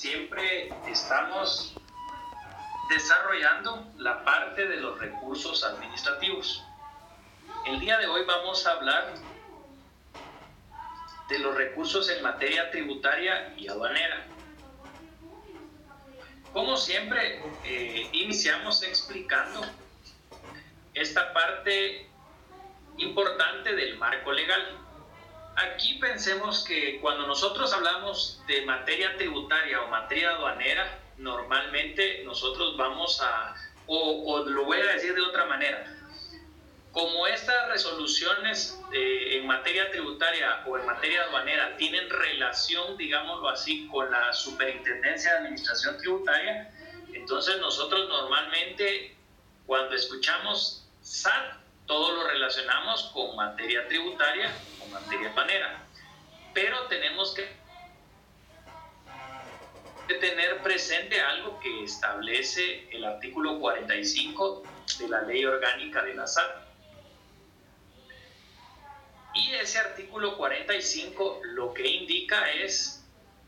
siempre estamos desarrollando la parte de los recursos administrativos. El día de hoy vamos a hablar de los recursos en materia tributaria y aduanera. Como siempre, iniciamos explicando esta parte importante del marco legal. Aquí pensemos que cuando nosotros hablamos de materia tributaria o materia aduanera, normalmente nosotros vamos a, o lo voy a decir de otra manera, como estas resoluciones en materia tributaria o en materia aduanera tienen relación, digámoslo así, con la Superintendencia de Administración Tributaria, entonces nosotros normalmente cuando escuchamos SAT, todo lo relacionamos con materia tributaria o materia aduanera, pero tenemos que tener presente algo que establece el artículo 45 de la Ley Orgánica de la SAT. Y ese artículo 45 lo que indica es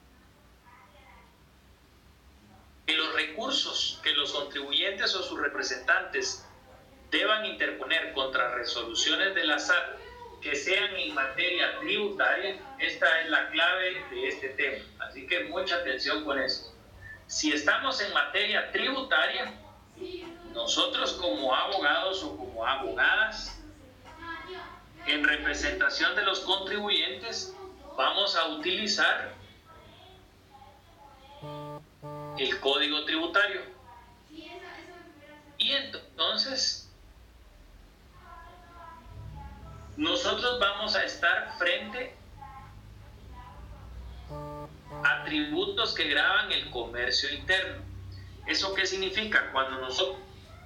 que los recursos que los contribuyentes o sus representantes deban interponer contra resoluciones de la SAT que sean en materia tributaria, esta es la clave de este tema. Así que mucha atención con eso. Si estamos en materia tributaria, nosotros como abogados o como abogadas, en representación de los contribuyentes, vamos a utilizar el Código Tributario. Y entonces, nosotros vamos a estar frente a tributos que gravan el comercio interno. ¿Eso qué significa? Cuando nosotros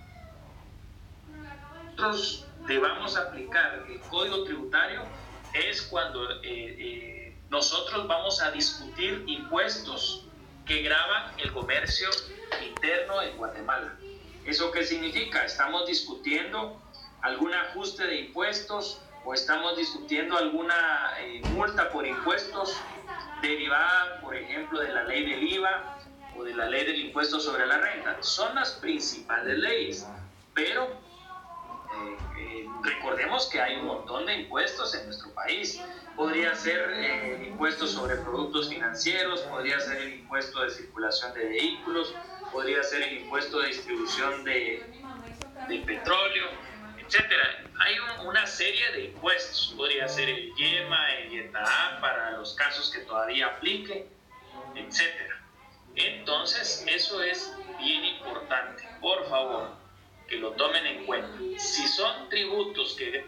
debamos aplicar el Código Tributario es cuando nosotros vamos a discutir impuestos que gravan el comercio interno en Guatemala. ¿Eso qué significa? Estamos discutiendo algún ajuste de impuestos o estamos discutiendo alguna multa por impuestos derivada, por ejemplo, de la ley del IVA o de la ley del impuesto sobre la renta. Son las principales leyes, pero recordemos que hay un montón de impuestos en nuestro país. Podría ser el impuesto sobre productos financieros, podría ser el impuesto de circulación de vehículos, podría ser el impuesto de distribución de petróleo, etcétera. Hay una serie de impuestos, podría ser el IEMA, el IETA para los casos que todavía aplique, etcétera. Entonces, eso es bien importante, por favor, que lo tomen en cuenta. Si son tributos que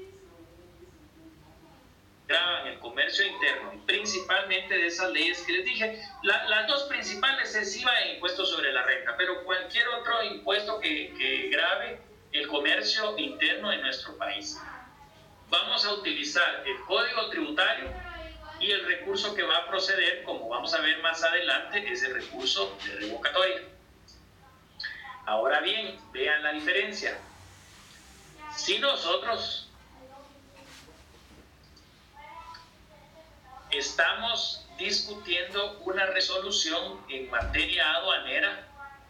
graban el comercio interno, principalmente de esas leyes que les dije, las dos principales es IVA e impuesto sobre la renta, pero cualquier otro impuesto que grave el comercio interno en nuestro país. Vamos a utilizar el Código Tributario y el recurso que va a proceder, como vamos a ver más adelante, es el recurso de revocatoria. Ahora bien, vean la diferencia. Si nosotros estamos discutiendo una resolución en materia aduanera,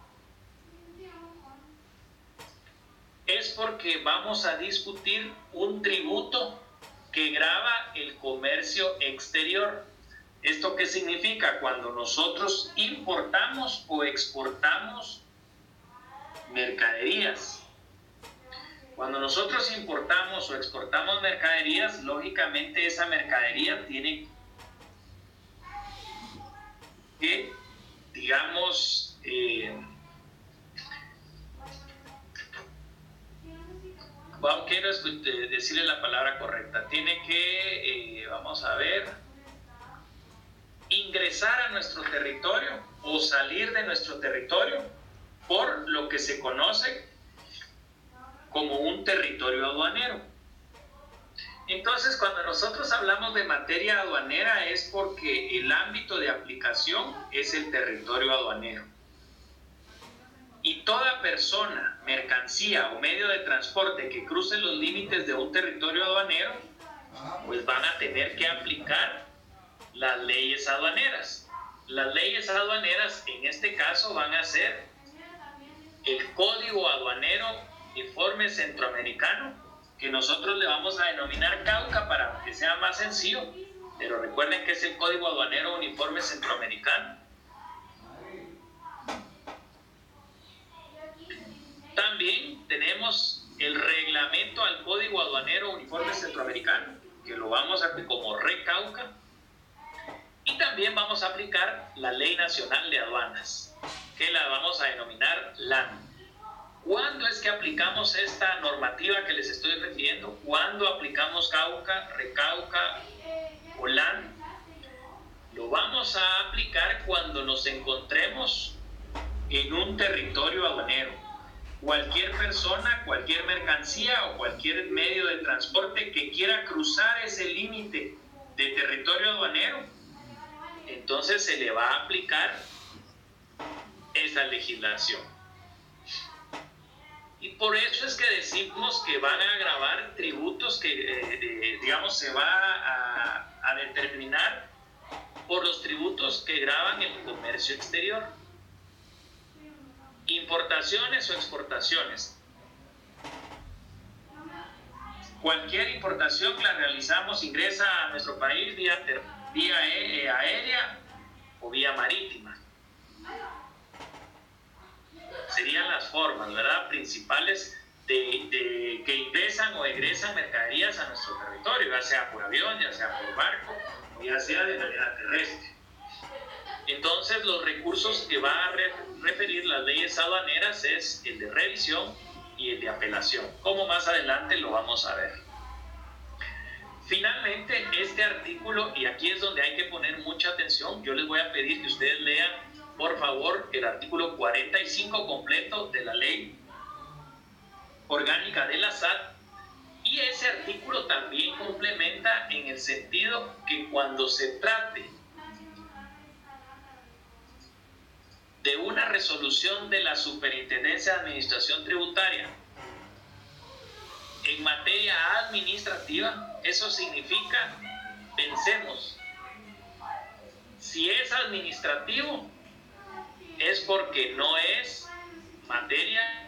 es porque vamos a discutir un tributo que grava el comercio exterior. ¿Esto qué significa? Cuando nosotros importamos o exportamos mercaderías. Cuando nosotros importamos o exportamos mercaderías, lógicamente esa mercadería tiene que, digamos, quiero decirle la palabra correcta, tiene que, vamos a ver, ingresar a nuestro territorio o salir de nuestro territorio por lo que se conoce como un territorio aduanero. Entonces, cuando nosotros hablamos de materia aduanera es porque el ámbito de aplicación es el territorio aduanero. Y toda persona, mercancía o medio de transporte que cruce los límites de un territorio aduanero, pues van a tener que aplicar las leyes aduaneras. las leyes aduaneras en este caso van a ser el Código Aduanero Uniforme Centroamericano, que nosotros le vamos a denominar Cauca para que sea más sencillo, pero recuerden que es el Código Aduanero Uniforme Centroamericano. También tenemos el Reglamento al Código Aduanero Uniforme Centroamericano, que lo vamos a aplicar como RECAUCA, y también vamos a aplicar la Ley Nacional de Aduanas, que la vamos a denominar LAN. ¿Cuándo es que aplicamos esta normativa que les estoy refiriendo? ¿Cuándo aplicamos CAUCA, RECAUCA o LAN? Lo vamos a aplicar cuando nos encontremos en un territorio aduanero. Cualquier persona, cualquier mercancía o cualquier medio de transporte que quiera cruzar ese límite de territorio aduanero, entonces se le va a aplicar esa legislación. Y por eso es que decimos que van a gravar tributos que, digamos, se va a determinar por los tributos que gravan el comercio exterior. Importaciones o exportaciones. Cualquier importación la realizamos, ingresa a nuestro país vía aérea o vía marítima. Serían las formas, ¿verdad?, principales de que ingresan o egresan mercaderías a nuestro territorio, ya sea por avión, ya sea por barco o ya sea de manera terrestre. Entonces, los recursos que va a referir las leyes aduaneras es el de revisión y el de apelación, como más adelante lo vamos a ver. Finalmente, este artículo, y aquí es donde hay que poner mucha atención, yo les voy a pedir que ustedes lean, por favor, el artículo 45 completo de la Ley Orgánica de la SAT, y ese artículo también complementa en el sentido que cuando se trate de una resolución de la Superintendencia de Administración Tributaria en materia administrativa, eso significa, pensemos, si es administrativo, es porque no es materia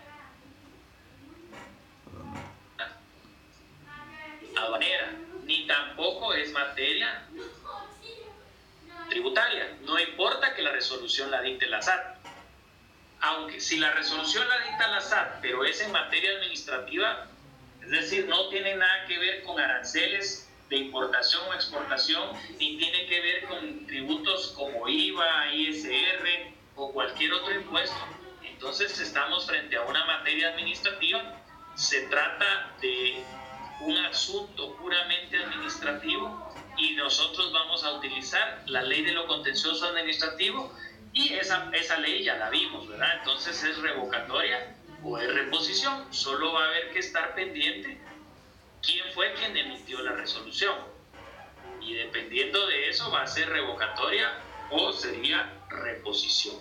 aduanera, ni tampoco es materia tributaria. No importa que la resolución la dicte la SAT. Aunque si la resolución la dicta la SAT, pero es en materia administrativa, es decir, no tiene nada que ver con aranceles de importación o exportación, ni tiene que ver con tributos como IVA, ISR o cualquier otro impuesto, entonces estamos frente a una materia administrativa. Se trata de un asunto puramente administrativo y nosotros vamos a utilizar la ley de lo contencioso administrativo, y esa ley ya la vimos, ¿verdad? Entonces es revocatoria o es reposición. Solo va a haber que estar pendiente quién fue quien emitió la resolución, y dependiendo de eso va a ser revocatoria o sería reposición.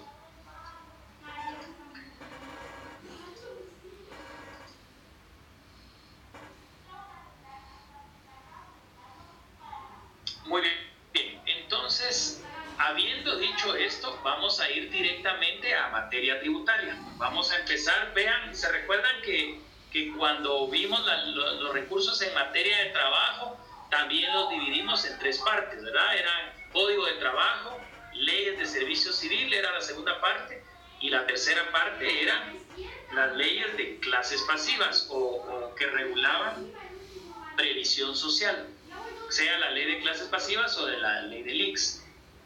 Muy bien, entonces, habiendo dicho esto, vamos a ir directamente a materia tributaria. Vamos a empezar, vean, se recuerdan que cuando vimos los recursos en materia de trabajo, también los dividimos en tres partes, ¿verdad? Eran Código de Trabajo, Leyes de Servicio Civil, era la segunda parte, y la tercera parte eran las leyes de clases pasivas o que regulaban previsión social, sea la ley de clases pasivas o de la ley del IX.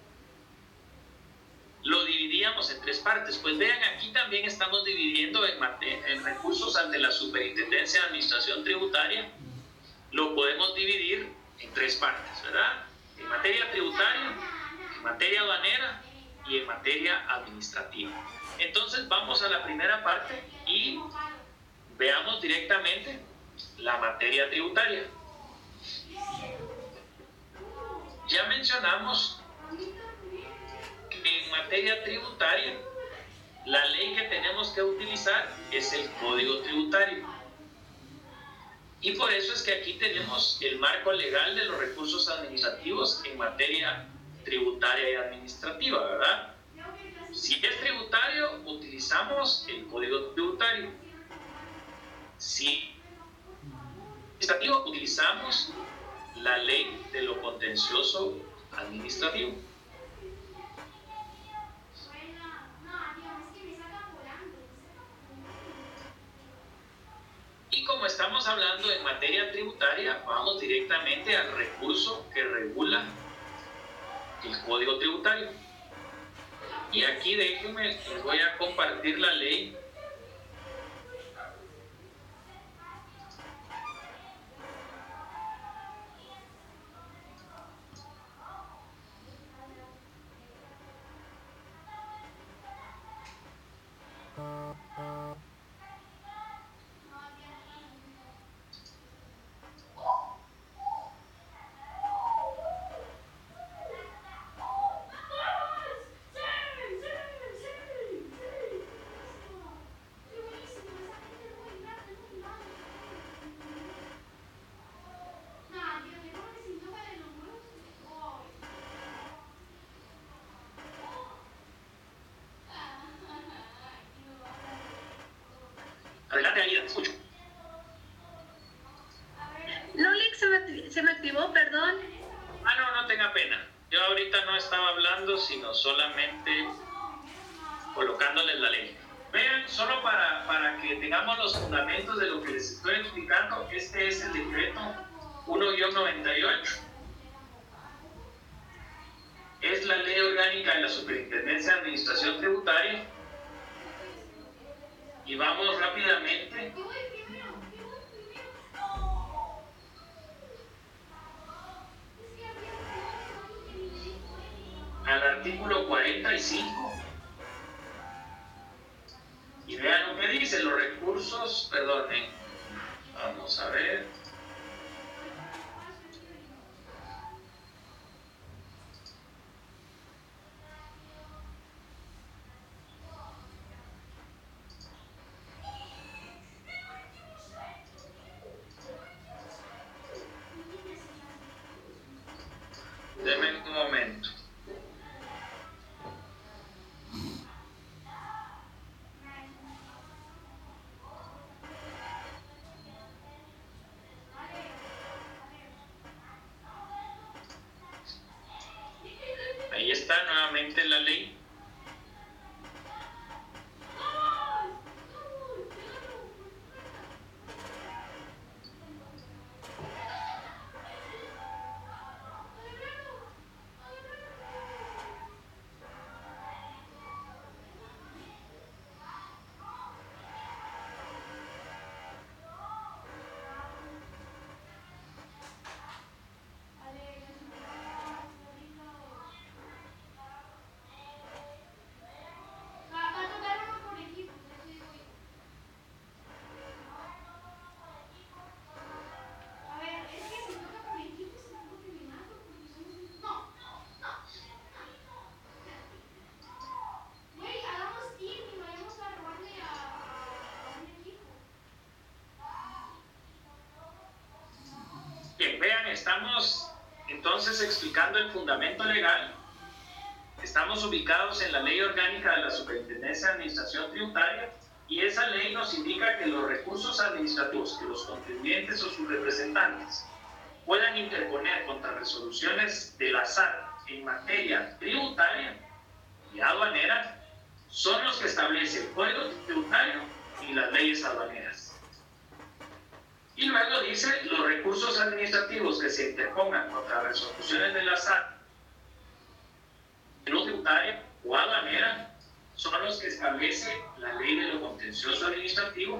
Lo dividíamos en tres partes. Pues vean, aquí también estamos dividiendo en recursos ante la Superintendencia de Administración Tributaria. Lo podemos dividir en tres partes, ¿verdad? En materia tributaria, en materia aduanera y en materia administrativa. Entonces vamos a la primera parte y veamos directamente la materia tributaria. Ya mencionamos que en materia tributaria la ley que tenemos que utilizar es el Código Tributario, y por eso es que aquí tenemos el marco legal de los recursos administrativos en materia tributaria y administrativa, ¿verdad? Si es tributario, utilizamos el código tributario. Si es administrativo, utilizamos la ley de lo contencioso administrativo. Y como estamos hablando en materia tributaria, vamos directamente al recurso que regula el código tributario. Y aquí déjenme, les voy a compartir la ley. Adelante, Aida, te escucho. Lolix se me activó, perdón. No tenga pena. Yo ahorita no estaba hablando, sino solamente colocándoles la ley. Vean, solo para que tengamos los fundamentos de lo que les estoy explicando, este es el decreto 1-98. Es la ley orgánica de la Superintendencia de Administración Tributaria. Y vamos rápidamente al artículo 45 y vean lo que dice, los recursos, perdonen, vamos a ver. Denme un momento. Ahí está nuevamente la ley. Bien, vean, estamos entonces explicando el fundamento legal. Estamos ubicados en la Ley Orgánica de la Superintendencia de Administración Tributaria y esa ley nos indica que los recursos administrativos que los contribuyentes o sus representantes puedan interponer contra resoluciones de la SAT en materia tributaria y aduanera son los que establece el Código Tributario y las leyes aduaneras. Y luego dice, los recursos administrativos que se interpongan contra resoluciones de la SAT tributaria o aduanera son los que establece la ley de lo contencioso administrativo.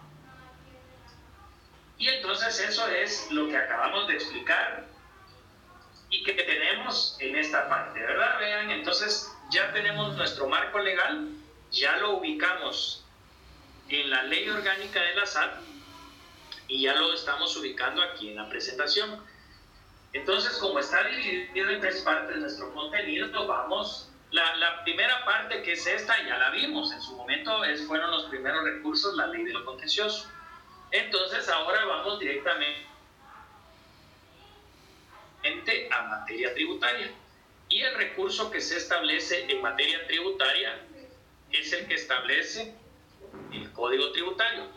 Y entonces eso es lo que acabamos de explicar y que tenemos en esta parte, ¿verdad? Vean, entonces ya tenemos nuestro marco legal, ya lo ubicamos en la ley orgánica de la SAT y ya lo estamos ubicando aquí en la presentación. Entonces, como está dividido en tres partes nuestro contenido, vamos, la primera parte, que es esta, ya la vimos, en su momento fueron los primeros recursos, la ley de lo contencioso. Entonces, ahora vamos directamente a materia tributaria. Y el recurso que se establece en materia tributaria es el que establece el Código Tributario.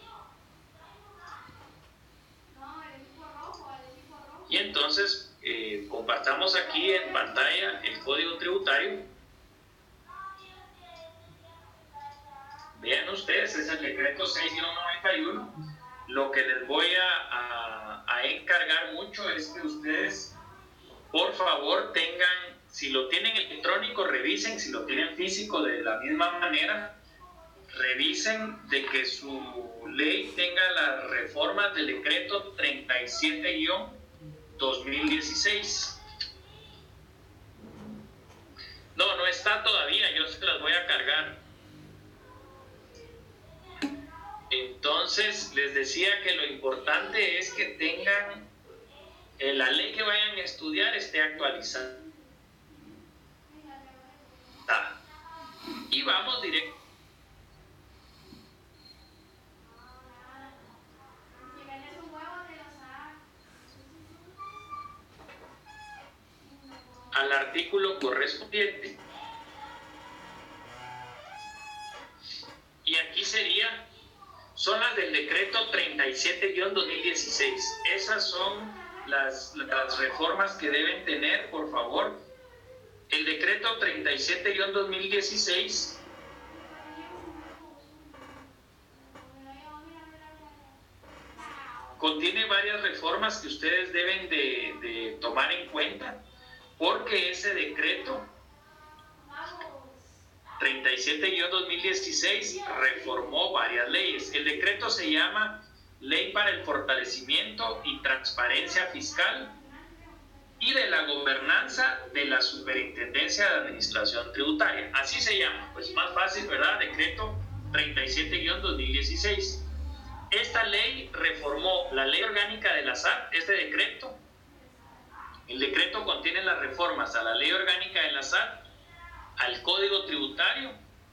Y entonces compartamos aquí en pantalla el Código Tributario. Vean ustedes, es el decreto 6-91. Lo que les voy a encargar mucho es que ustedes, por favor, tengan, si lo tienen electrónico, revisen, si lo tienen físico, de la misma manera, revisen de que su ley tenga las reformas del decreto 37-2016. No está todavía, yo se las voy a cargar. Entonces, les decía que lo importante es que tengan la ley que vayan a estudiar esté actualizada. Y vamos directo al artículo correspondiente. Y aquí son las del decreto 37-2016. Esas son las reformas que deben tener, por favor. El decreto 37-2016 contiene varias reformas que ustedes deben de tomar en cuenta, porque ese decreto 37-2016 reformó varias leyes. El decreto se llama Ley para el Fortalecimiento y Transparencia Fiscal y de la Gobernanza de la Superintendencia de Administración Tributaria. Así se llama, pues más fácil, ¿verdad? Decreto 37-2016. Esta ley reformó la Ley Orgánica de la SAT, el decreto contiene las reformas a la Ley Orgánica de la SAT, al Código Tributario,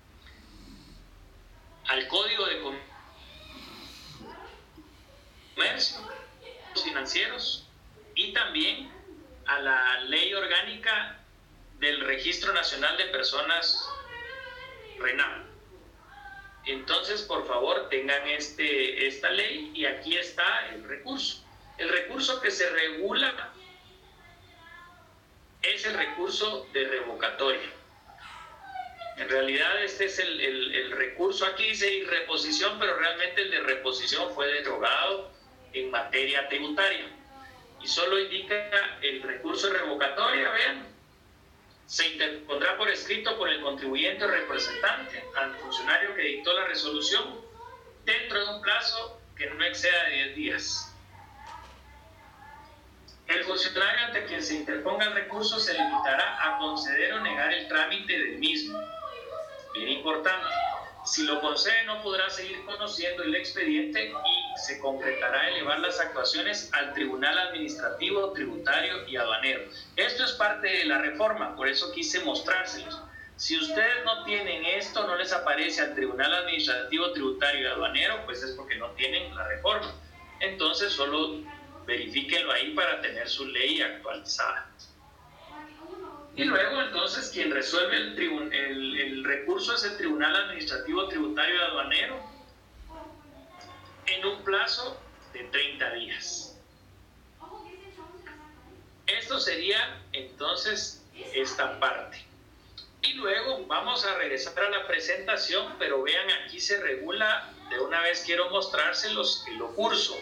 al Código de Comercio, financieros y también a la Ley Orgánica del Registro Nacional de Personas RENAM. Entonces, por favor, tengan esta ley y aquí está el recurso. El recurso que se regula es el recurso de revocatoria. En realidad este es el recurso, aquí dice reposición, pero realmente el de reposición fue derogado en materia tributaria. Y solo indica el recurso de revocatoria, vean. Se interpondrá por escrito por el contribuyente o representante al funcionario que dictó la resolución dentro de un plazo que no exceda de 10 días. El funcionario ante quien se interponga el recurso se limitará a conceder o negar el trámite del mismo. Bien importante, si lo concede no podrá seguir conociendo el expediente y se concretará elevar las actuaciones al Tribunal Administrativo, Tributario y Aduanero. Esto es parte de la reforma, por eso quise mostrárselos. Si ustedes no tienen esto, no les aparece al Tribunal Administrativo, Tributario y Aduanero, pues es porque no tienen la reforma. Entonces solo verifíquenlo ahí para tener su ley actualizada. Y luego entonces quien resuelve el recurso es el Tribunal Administrativo, Tributario y Aduanero en un plazo de 30 días. Esto sería entonces esta parte. Y luego vamos a regresar a la presentación, pero vean, aquí se regula, de una vez quiero mostrárselos el ocurso.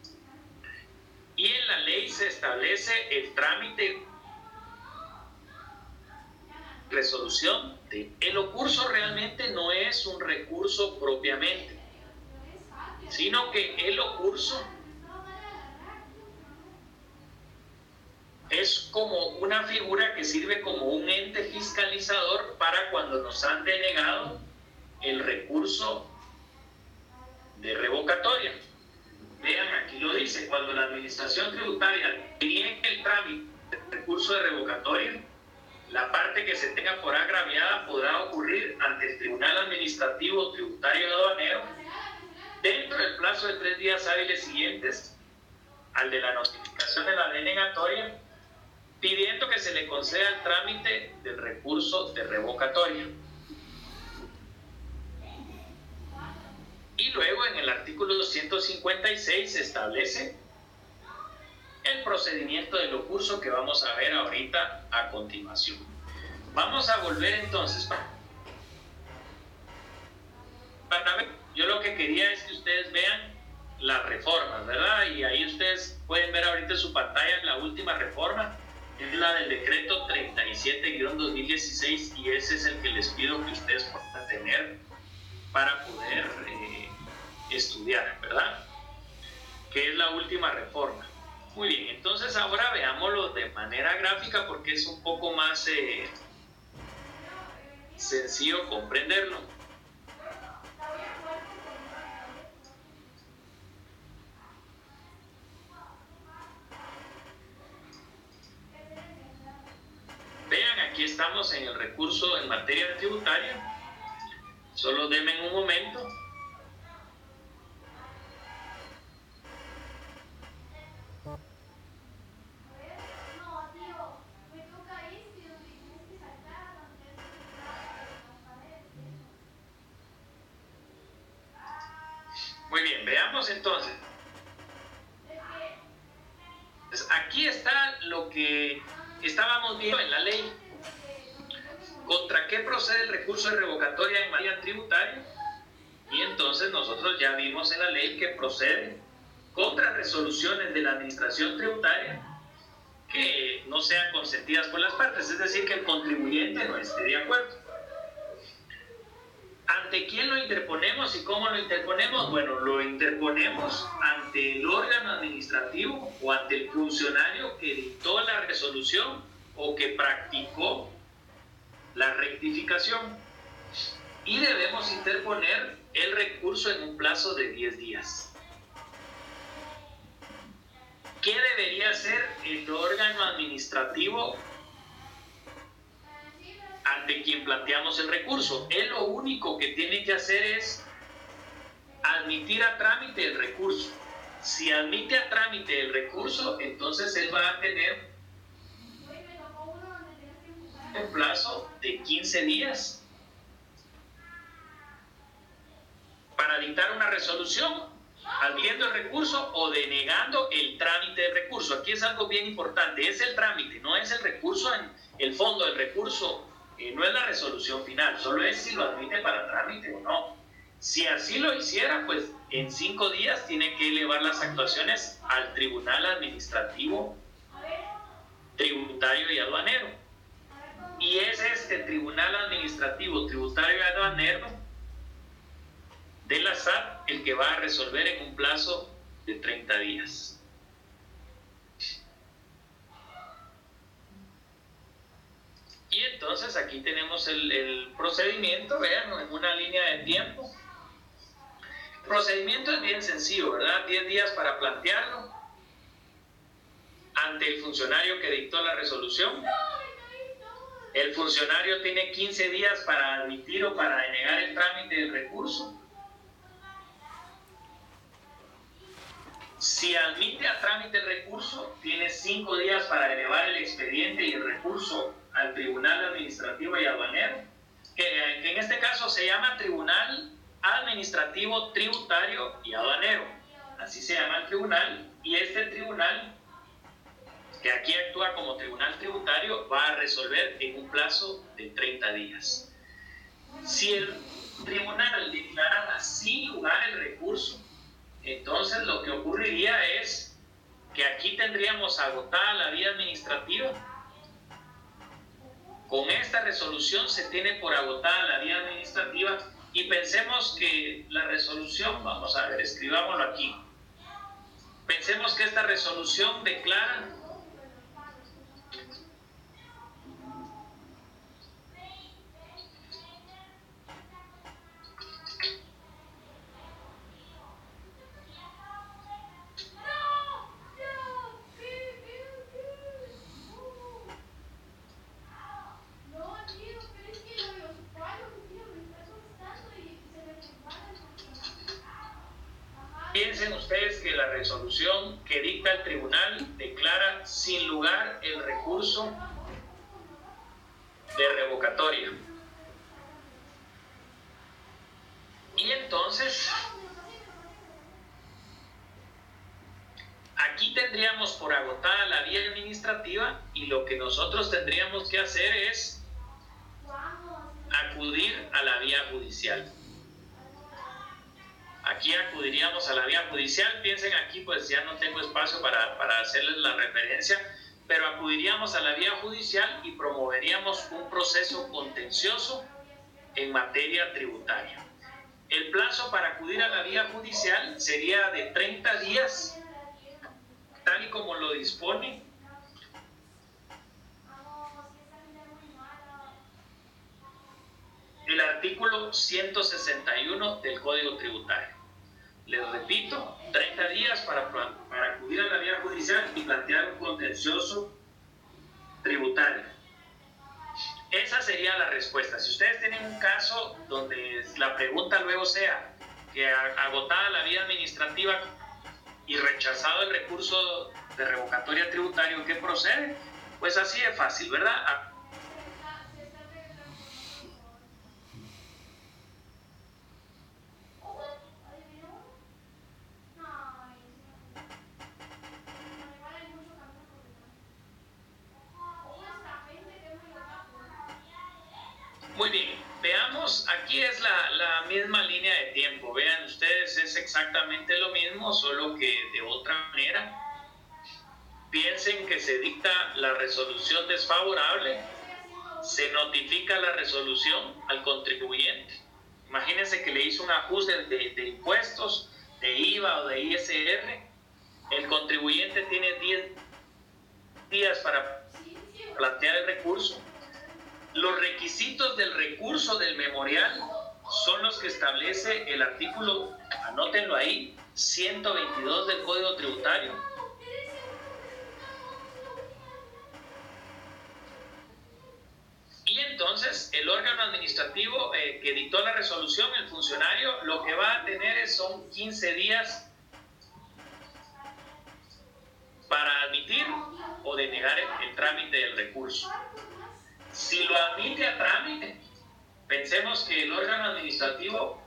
Y en la ley se establece el trámite resolución el ocurso realmente no es un recurso propiamente, sino que el ocurso es como una figura que sirve como un ente fiscalizador para cuando nos han denegado el recurso de revocatoria. Vean, aquí lo dice, cuando la administración tributaria niegue el trámite del recurso de revocatoria, la parte que se tenga por agraviada podrá ocurrir ante el Tribunal Administrativo, Tributario y Aduanero dentro del plazo de 3 días hábiles siguientes al de la notificación de la denegatoria pidiendo que se le conceda el trámite del recurso de revocatoria. Y luego en el artículo 256 se establece el procedimiento del ocurso que vamos a ver ahorita a continuación. Vamos a volver entonces para ver. Yo lo que quería es que ustedes vean las reformas, ¿verdad? Y ahí ustedes pueden ver ahorita en su pantalla la última reforma, es la del decreto 37-2016, y ese es el que les pido que ustedes puedan tener para poder estudiar, ¿verdad? Que es la última reforma. Muy bien, entonces ahora veámoslo de manera gráfica porque es un poco más sencillo comprenderlo. Vean, aquí estamos en el recurso en materia tributaria. Solo denme un momento. Muy bien, veamos entonces. Aquí está lo que estábamos viendo en la ley. ¿Contra qué procede el recurso de revocatoria en materia tributaria? Y entonces nosotros ya vimos en la ley que procede contra resoluciones de la administración tributaria que no sean consentidas por las partes, es decir, que el contribuyente no esté de acuerdo. ¿Ante quién lo interponemos y cómo lo interponemos? Bueno, lo interponemos ante el órgano administrativo o ante el funcionario que dictó la resolución o que practicó la rectificación. Y debemos interponer el recurso en un plazo de 10 días. ¿Qué debería hacer el órgano administrativo ante quien planteamos el recurso? Él lo único que tiene que hacer es admitir a trámite el recurso. Si admite a trámite el recurso, entonces él va a tener un plazo de 15 días para dictar una resolución admitiendo el recurso o denegando el trámite del recurso. Aquí es algo bien importante, es el trámite, no es el recurso en el fondo del recurso, no es la resolución final, solo es si lo admite para trámite o no. Si así lo hiciera, pues en 5 días tiene que elevar las actuaciones al Tribunal Administrativo, Tributario y Aduanero. Y es este Tribunal Administrativo, Tributario y Aduanero de la SAT el que va a resolver en un plazo de 30 días. Y entonces aquí tenemos el procedimiento, vean, en una línea de tiempo. El procedimiento es bien sencillo, ¿verdad? 10 días para plantearlo ante el funcionario que dictó la resolución. El funcionario tiene 15 días para admitir o para denegar el trámite del recurso. Si admite a trámite el recurso, tiene 5 días para elevar el expediente y el recurso al Tribunal Administrativo y Aduanero, que en este caso se llama Tribunal Administrativo, Tributario y Aduanero. Así se llama el tribunal, y este tribunal, que aquí actúa como tribunal tributario, va a resolver en un plazo de 30 días. Si el tribunal declarara sin lugar el recurso, entonces lo que ocurriría es que aquí tendríamos agotada la vía administrativa. Con esta resolución se tiene por agotada la vía administrativa, y pensemos que la resolución, vamos a ver, escribámoslo aquí. Pensemos que esta resolución declara piensen ustedes que la resolución que dicta el tribunal declara sin lugar el recurso de revocatoria. Y entonces, aquí tendríamos por agotada la vía administrativa y lo que nosotros tendríamos que hacer es acudir a la vía judicial. Aquí acudiríamos a la vía judicial. Piensen aquí, pues ya no tengo espacio para hacerles la referencia, pero acudiríamos a la vía judicial y promoveríamos un proceso contencioso en materia tributaria. El plazo para acudir a la vía judicial sería de 30 días, tal y como lo dispone el artículo 161 del Código Tributario. Les repito, 30 días para acudir a la vía judicial y plantear un contencioso tributario. Esa sería la respuesta. Si ustedes tienen un caso donde la pregunta luego sea que agotada la vía administrativa y rechazado el recurso de revocatoria tributario, ¿qué procede? Pues así de fácil, ¿verdad? Muy bien, veamos, aquí es la misma línea de tiempo. Vean ustedes, es exactamente lo mismo, solo que de otra manera. Piensen que se dicta la resolución desfavorable, se notifica la resolución al contribuyente. Imagínense que le hizo un ajuste de impuestos, de IVA o de ISR. El contribuyente tiene 10 días para plantear el recurso. Los requisitos del recurso del memorial son los que establece el artículo, anótenlo ahí, 122 del Código Tributario. Y entonces el órgano administrativo que dictó la resolución, el funcionario, lo que va a tener son 15 días para admitir o denegar el trámite del recurso. Si lo admite a trámite, pensemos que el órgano administrativo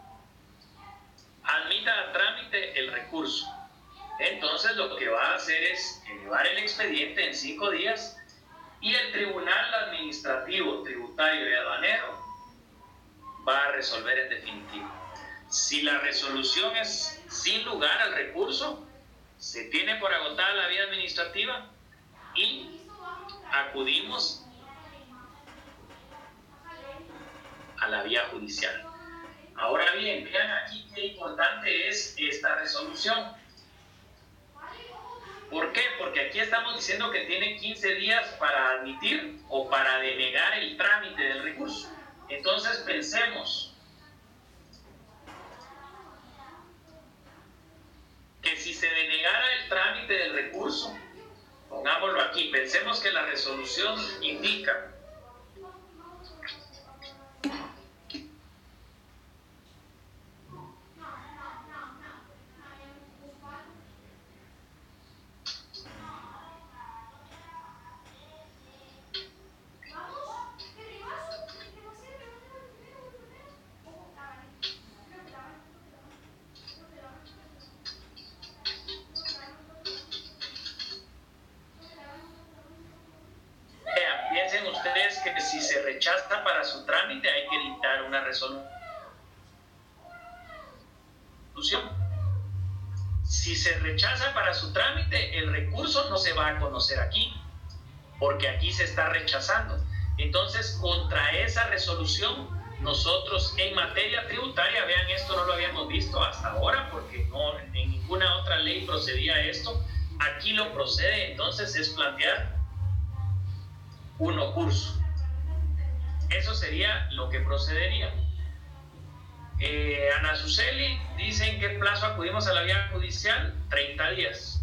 admita a trámite el recurso. Entonces lo que va a hacer es elevar el expediente en 5 días y el tribunal administrativo, tributario y aduanero va a resolver en definitivo. Si la resolución es sin lugar al recurso, se tiene por agotada la vía administrativa y acudimos a la vía judicial. Ahora bien, vean aquí qué importante es esta resolución. ¿Por qué? Porque aquí estamos diciendo que tiene 15 días para admitir o para denegar el trámite del recurso. Entonces pensemos que si se denegara el trámite del recurso, pongámoslo aquí, pensemos que la resolución indica que si se rechaza para su trámite hay que dictar una resolución. Si se rechaza para su trámite, el recurso no se va a conocer aquí, porque aquí se está rechazando. Entonces, contra esa resolución, nosotros en materia tributaria, vean, esto no lo habíamos visto hasta ahora, porque no, en ninguna otra ley procedía esto. Aquí lo procede, entonces, es plantear un ocurso. Eso sería lo que procedería. Ana Suseli dice en qué plazo acudimos a la vía judicial. 30 días.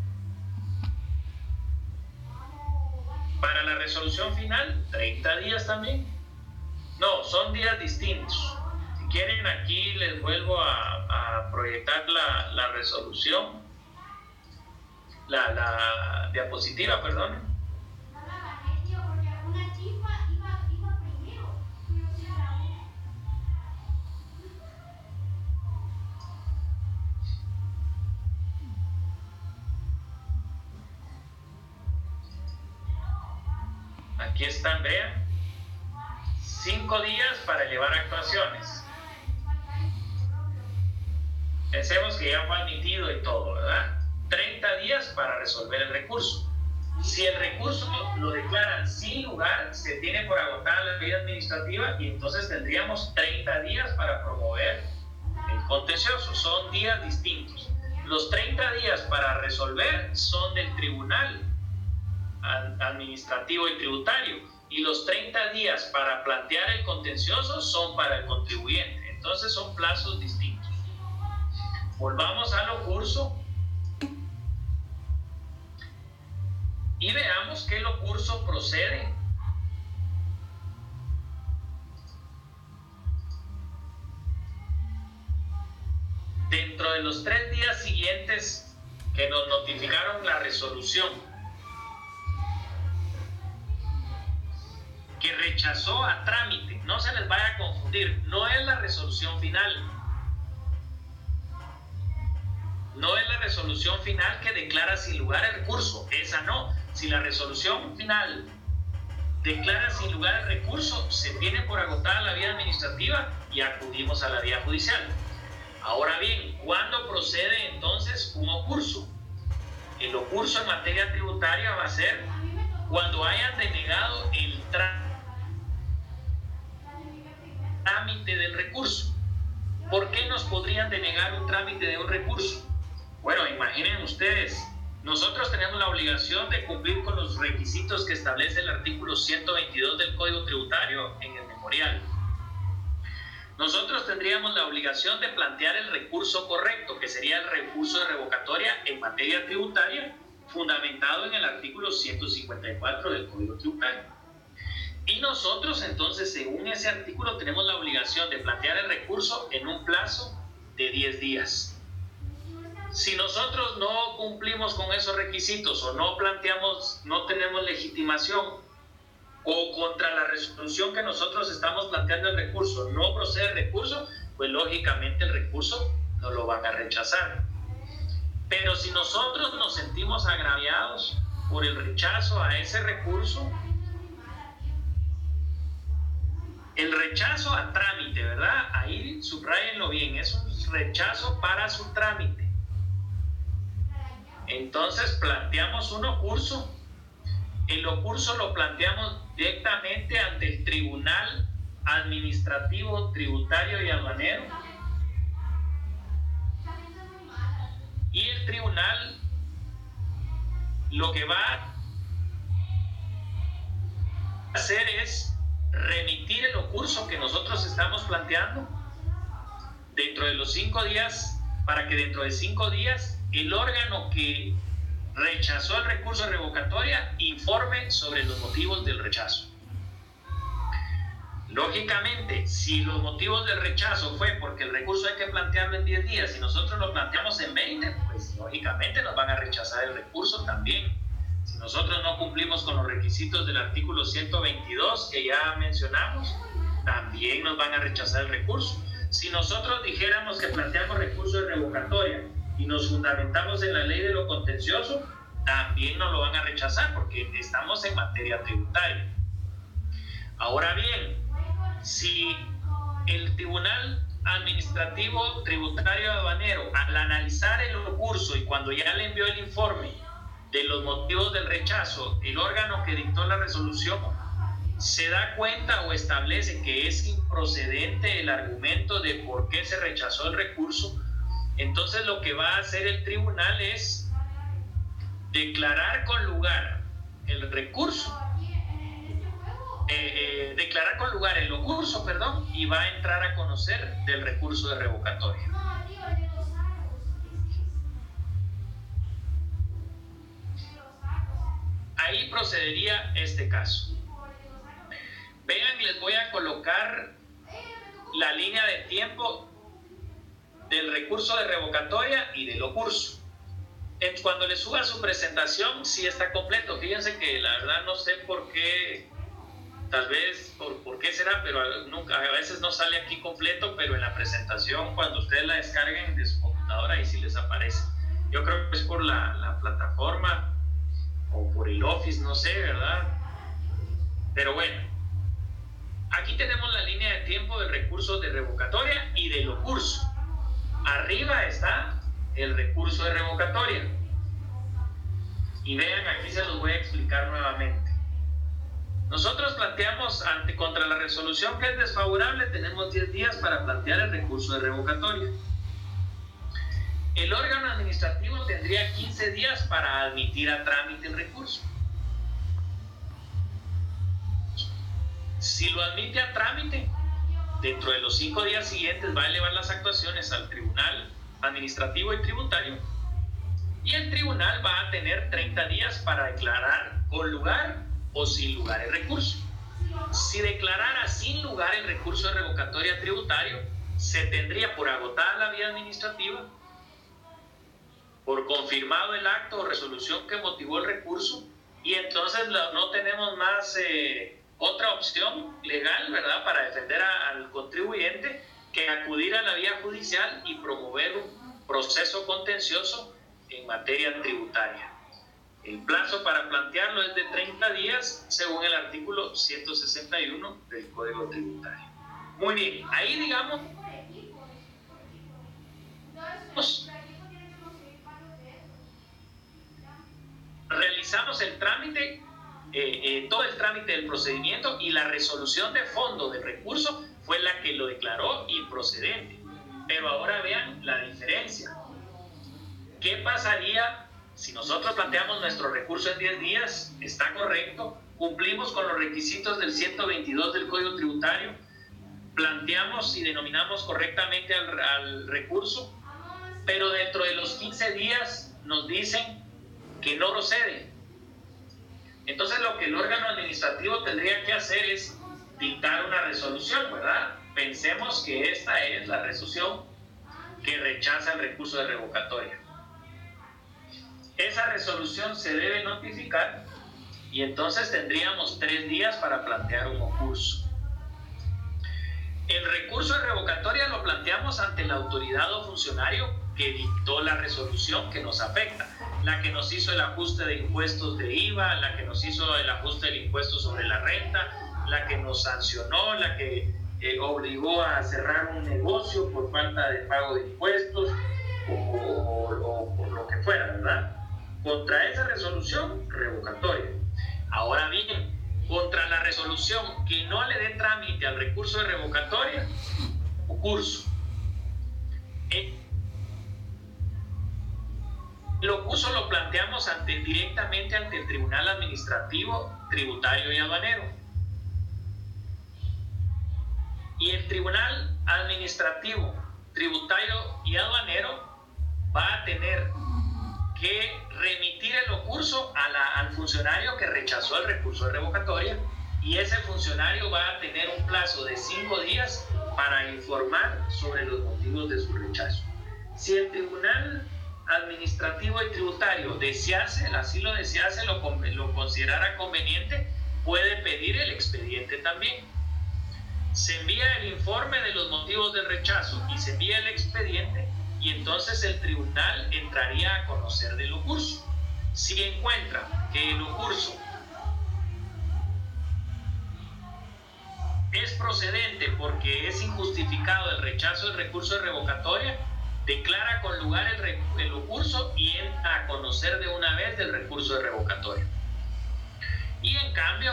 Para la resolución final, 30 días también. No, son días distintos. Si quieren, aquí les vuelvo a proyectar la resolución, la diapositiva, perdón. Aquí están, vean. 5 días para llevar actuaciones. Pensemos que ya fue admitido y todo, ¿verdad? 30 días para resolver el recurso. Si el recurso lo declaran sin lugar, se tiene por agotada la vía administrativa y entonces tendríamos 30 días para promover el contencioso. Son días distintos. Los 30 días para resolver son del tribunal administrativo y tributario, y los 30 días para plantear el contencioso son para el contribuyente. Entonces son plazos distintos. Volvamos al ocurso y veamos que el ocurso procede dentro de los 3 días siguientes que nos notificaron la resolución que rechazó a trámite. No se les vaya a confundir, no es la resolución final. No es la resolución final que declara sin lugar el recurso, esa no. Si la resolución final declara sin lugar el recurso, se tiene por agotada la vía administrativa y acudimos a la vía judicial. Ahora bien, ¿cuándo procede entonces un ocurso? El ocurso en materia tributaria va a ser cuando hayan denegado el trámite del recurso. ¿Por qué nos podrían denegar un trámite de un recurso? Bueno, imaginen ustedes, nosotros tenemos la obligación de cumplir con los requisitos que establece el artículo 122 del Código Tributario en el memorial. Nosotros tendríamos la obligación de plantear el recurso correcto, que sería el recurso de revocatoria en materia tributaria, fundamentado en el artículo 154 del Código Tributario. Y nosotros entonces, según ese artículo, tenemos la obligación de plantear el recurso en un plazo de 10 días. Si nosotros no cumplimos con esos requisitos o no planteamos, no tenemos legitimación, o contra la resolución que nosotros estamos planteando el recurso no procede el recurso, pues lógicamente el recurso no lo van a rechazar. Pero si nosotros nos sentimos agraviados por el rechazo a ese recurso, el rechazo a trámite, ¿verdad? Ahí subrayenlo bien, es un rechazo para su trámite. Entonces planteamos un ocurso. El ocurso lo planteamos directamente ante el Tribunal Administrativo, Tributario y Aduanero. Y el tribunal lo que va a hacer es remitir el ocurso que nosotros estamos planteando dentro de los 5 días, para que dentro de 5 días el órgano que rechazó el recurso de revocatoria informe sobre los motivos del rechazo. Lógicamente, si los motivos del rechazo fue porque el recurso hay que plantearlo en 10 días y nosotros lo planteamos en 20, pues lógicamente nos van a rechazar el recurso también. Si nosotros no cumplimos con los requisitos del artículo 122 que ya mencionamos, también nos van a rechazar el recurso. Si nosotros dijéramos que planteamos recurso de revocatoria y nos fundamentamos en la ley de lo contencioso, también nos lo van a rechazar porque estamos en materia tributaria. Ahora bien, si el Tribunal Administrativo Tributario Aduanero, al analizar el recurso y cuando ya le envió el informe de los motivos del rechazo, el órgano que dictó la resolución se da cuenta o establece que es improcedente el argumento de por qué se rechazó el recurso, entonces lo que va a hacer el tribunal es declarar con lugar el recurso, declarar con lugar el ocurso, y va a entrar a conocer del recurso de revocatoria. Ahí procedería este caso. Vean, les voy a colocar la línea de tiempo del recurso de revocatoria y del ocurso. Cuando le suba su presentación, sí está completo. Fíjense que la verdad no sé por qué, tal vez por qué será, pero a veces no sale aquí completo, pero en la presentación, cuando ustedes la descarguen de su computadora, ahí sí les aparece. Yo creo que es por la plataforma o por el Office, no sé, ¿verdad? Pero bueno, aquí tenemos la línea de tiempo del recurso de revocatoria y del ocurso. Arriba está el recurso de revocatoria. Y vean, aquí se los voy a explicar nuevamente. Nosotros planteamos contra la resolución que es desfavorable, tenemos 10 días para plantear el recurso de revocatoria. El órgano administrativo tendría 15 días para admitir a trámite el recurso. Si lo admite a trámite, dentro de los 5 días siguientes va a elevar las actuaciones al Tribunal Administrativo y Tributario, y el tribunal va a tener 30 días para declarar con lugar o sin lugar el recurso. Si declarara sin lugar el recurso de revocatoria tributario, se tendría por agotada la vía administrativa, por confirmado el acto o resolución que motivó el recurso, y entonces no tenemos más otra opción legal, ¿verdad?, para defender al contribuyente que acudir a la vía judicial y promover un proceso contencioso en materia tributaria. El plazo para plantearlo es de 30 días según el artículo 161 del Código Tributario. Muy bien, ahí digamos realizamos el trámite, todo el trámite del procedimiento, y la resolución de fondo del recurso fue la que lo declaró improcedente. Pero ahora vean la diferencia. ¿Qué pasaría si nosotros planteamos nuestro recurso en 10 días? Está correcto, cumplimos con los requisitos del 122 del Código Tributario, planteamos y denominamos correctamente al recurso, pero dentro de los 15 días nos dicen que no procede. Entonces lo que el órgano administrativo tendría que hacer es dictar una resolución, ¿verdad? Pensemos que esta es la resolución que rechaza el recurso de revocatoria. Esa resolución se debe notificar y entonces tendríamos 3 días para plantear un ocurso. El recurso de revocatoria lo planteamos ante la autoridad o funcionario que dictó la resolución que nos afecta, la que nos hizo el ajuste de impuestos de IVA, la que nos hizo el ajuste del impuesto sobre la renta, la que nos sancionó, la que obligó a cerrar un negocio por falta de pago de impuestos o por lo que fuera, ¿verdad? Contra esa resolución revocatoria. Ahora bien, contra la resolución que no le dé trámite al recurso de revocatoria, ocurso. El ocurso lo planteamos directamente ante el Tribunal Administrativo, Tributario y Aduanero. Y el Tribunal Administrativo, Tributario y Aduanero va a tener que remitir el ocurso al funcionario que rechazó el recurso de revocatoria, y ese funcionario va a tener un plazo de 5 días para informar sobre los motivos de su rechazo. Si el Tribunal Administrativo y Tributario así lo desease, lo considerara conveniente, puede pedir el expediente también. Se envía el informe de los motivos del rechazo y se envía el expediente, y entonces el tribunal entraría a conocer del ocurso. Si encuentra que el ocurso es procedente porque es injustificado el rechazo del recurso de revocatoria, declara con lugar el ocurso y entra a conocer de una vez del recurso de revocatoria. Y en cambio,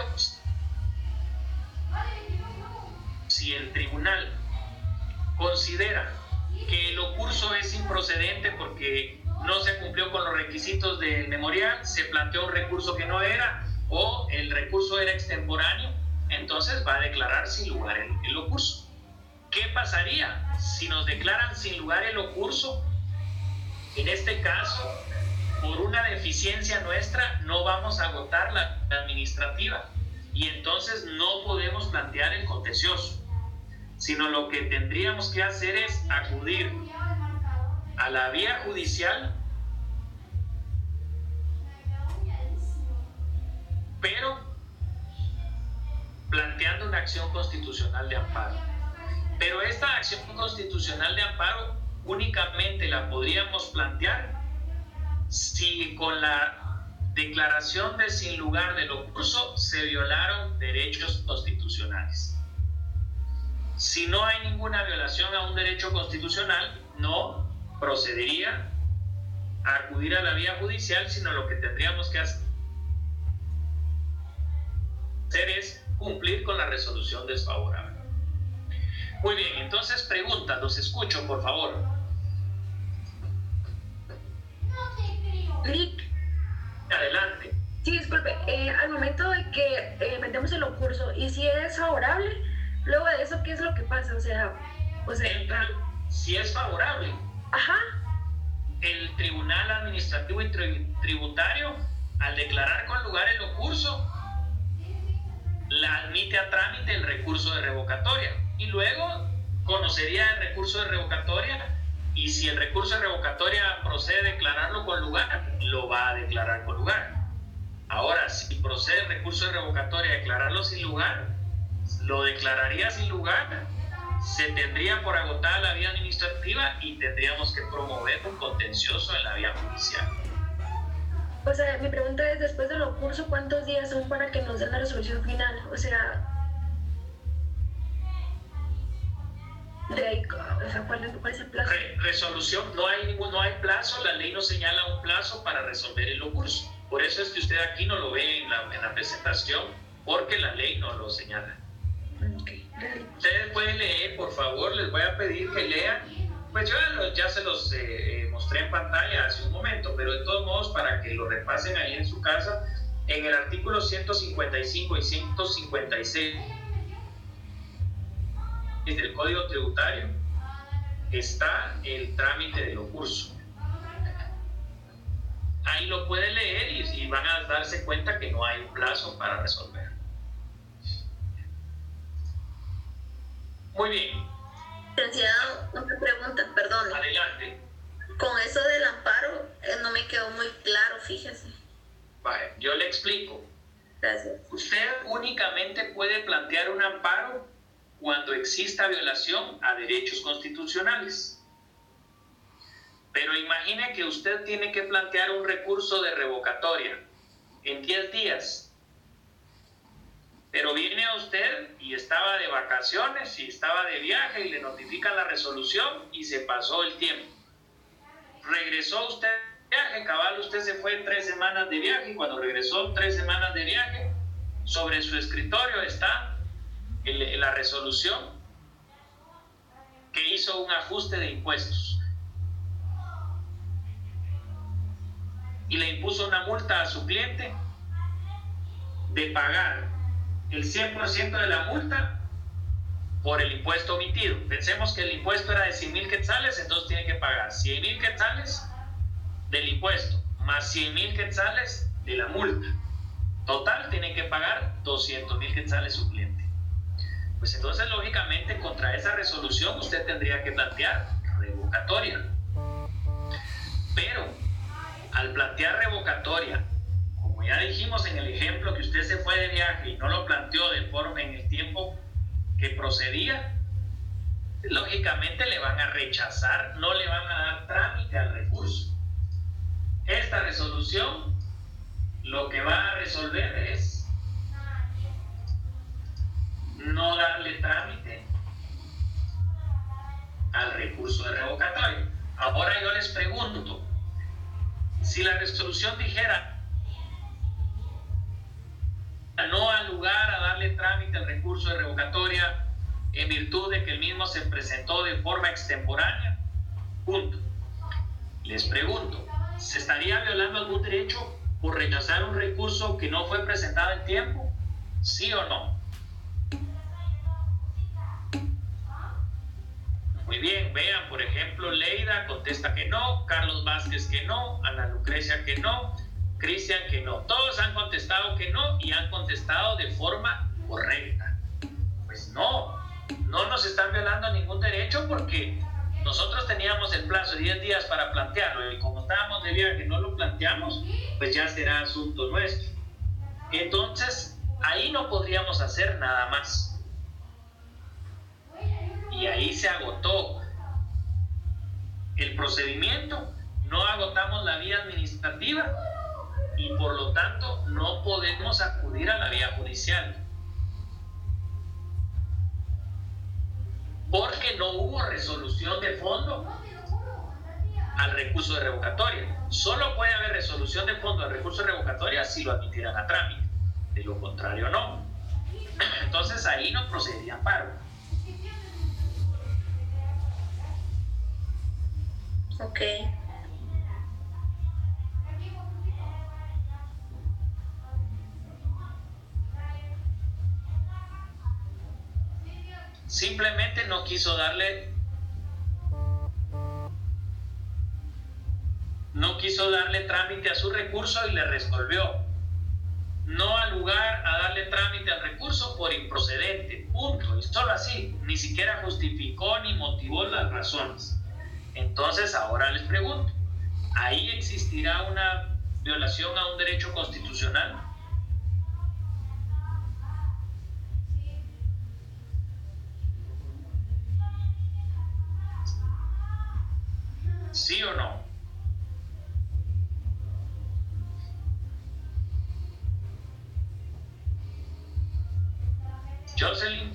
si el tribunal considera que el ocurso es improcedente porque no se cumplió con los requisitos del memorial, se planteó un recurso que no era, o el recurso era extemporáneo, entonces va a declarar sin lugar el ocurso. ¿Qué pasaría si nos declaran sin lugar el ocurso? En este caso, por una deficiencia nuestra, no vamos a agotar la administrativa y entonces no podemos plantear el contencioso. sino lo que tendríamos que hacer es acudir a la vía judicial, pero planteando una acción constitucional de amparo. Pero esta acción constitucional de amparo únicamente la podríamos plantear si con la declaración de sin lugar del ocurso se violaron derechos constitucionales. Si no hay ninguna violación a un derecho constitucional, no procedería a acudir a la vía judicial, sino lo que tendríamos que hacer es cumplir con la resolución desfavorable. Muy bien, entonces preguntas, los escucho, por favor. Lic, Adelante. sí, disculpe, al momento de que metemos el ocurso, y si es favorable, luego de eso, ¿qué es lo que pasa? O sea, Si es favorable, ajá, el Tribunal Administrativo y Tributario, al declarar con lugar el ocurso, la admite a trámite el recurso de revocatoria y luego conocería el recurso de revocatoria, y si el recurso de revocatoria procede a declararlo con lugar, lo va a declarar con lugar. Ahora, si procede el recurso de revocatoria a declararlo sin lugar, lo declararía sin lugar, se tendría por agotada la vía administrativa y tendríamos que promover un contencioso en la vía judicial. o sea, mi pregunta es, después del ocurso, ¿cuántos días son para que nos den la resolución final? O sea, de ahí, o sea, ¿cuál es el plazo? Resolución, no hay plazo, la ley no señala un plazo para resolver el ocurso. Por eso es que usted aquí no lo ve en la presentación, porque la ley no lo señala. Okay. Ustedes pueden leer, por favor, les voy a pedir que lean. Pues yo ya se los mostré en pantalla hace un momento, pero de todos modos, para que lo repasen ahí en su casa, en el artículo 155 y 156 del Código Tributario está el trámite del ocurso. Ahí lo pueden leer y van a darse cuenta que no hay un plazo para resolver. Muy bien. Licenciado, una pregunta, perdón. Adelante. Con eso del amparo no me quedó muy claro, fíjese. Vale, yo le explico. Gracias. Usted únicamente puede plantear un amparo cuando exista violación a derechos constitucionales. Pero imagine que usted tiene que plantear un recurso de revocatoria en 10 días. Pero viene a usted y estaba de vacaciones y estaba de viaje y le notifican la resolución y se pasó el tiempo. Regresó usted de viaje, cabal, usted se fue 3 semanas de viaje y cuando regresó 3 semanas de viaje, sobre su escritorio está la resolución que hizo un ajuste de impuestos y le impuso una multa a su cliente de pagar el 100% de la multa por el impuesto omitido. Pensemos que el impuesto era de 100,000 quetzales, entonces tiene que pagar 100,000 quetzales del impuesto más 100,000 quetzales de la multa. Total, tiene que pagar 200,000 quetzales su cliente. Pues entonces, lógicamente, contra esa resolución usted tendría que plantear revocatoria. Pero, al plantear revocatoria, como ya dijimos en el ejemplo que usted se fue de viaje y no lo planteó de forma en el tiempo que procedía, lógicamente le van a rechazar, no le van a dar trámite al recurso. Esta resolución lo que va a resolver es no darle trámite al recurso de revocatoria. Ahora yo les pregunto, si la resolución dijera no al lugar a darle trámite al recurso de revocatoria en virtud de que el mismo se presentó de forma extemporánea, punto. Les pregunto, ¿se estaría violando algún derecho por rechazar un recurso que no fue presentado en tiempo? ¿Sí o no? Muy bien, vean, por ejemplo, Leida contesta que no, Carlos Vázquez que no, Ana Lucrecia que no, Cristian que no. Todos han contestado que no y han contestado de forma correcta. Pues no, no nos están violando ningún derecho porque nosotros teníamos el plazo de 10 días para plantearlo y como estábamos de viaje no lo planteamos, pues ya será asunto nuestro. Entonces, ahí no podríamos hacer nada más. Y ahí se agotó el procedimiento, no agotamos la vía administrativa y por lo tanto no podemos acudir a la vía judicial. Porque no hubo resolución de fondo al recurso de revocatoria. Solo puede haber resolución de fondo al recurso de revocatoria si lo admitieran a trámite. De lo contrario, no. Entonces ahí no procedería amparo. Ok. Simplemente no quiso darle trámite a su recurso y le resolvió no al lugar a darle trámite al recurso por improcedente, punto, y solo así, ni siquiera justificó ni motivó las razones. Entonces ahora les pregunto, ¿ahí existirá una violación a un derecho constitucional? ¿Sí o no? Jocelyn.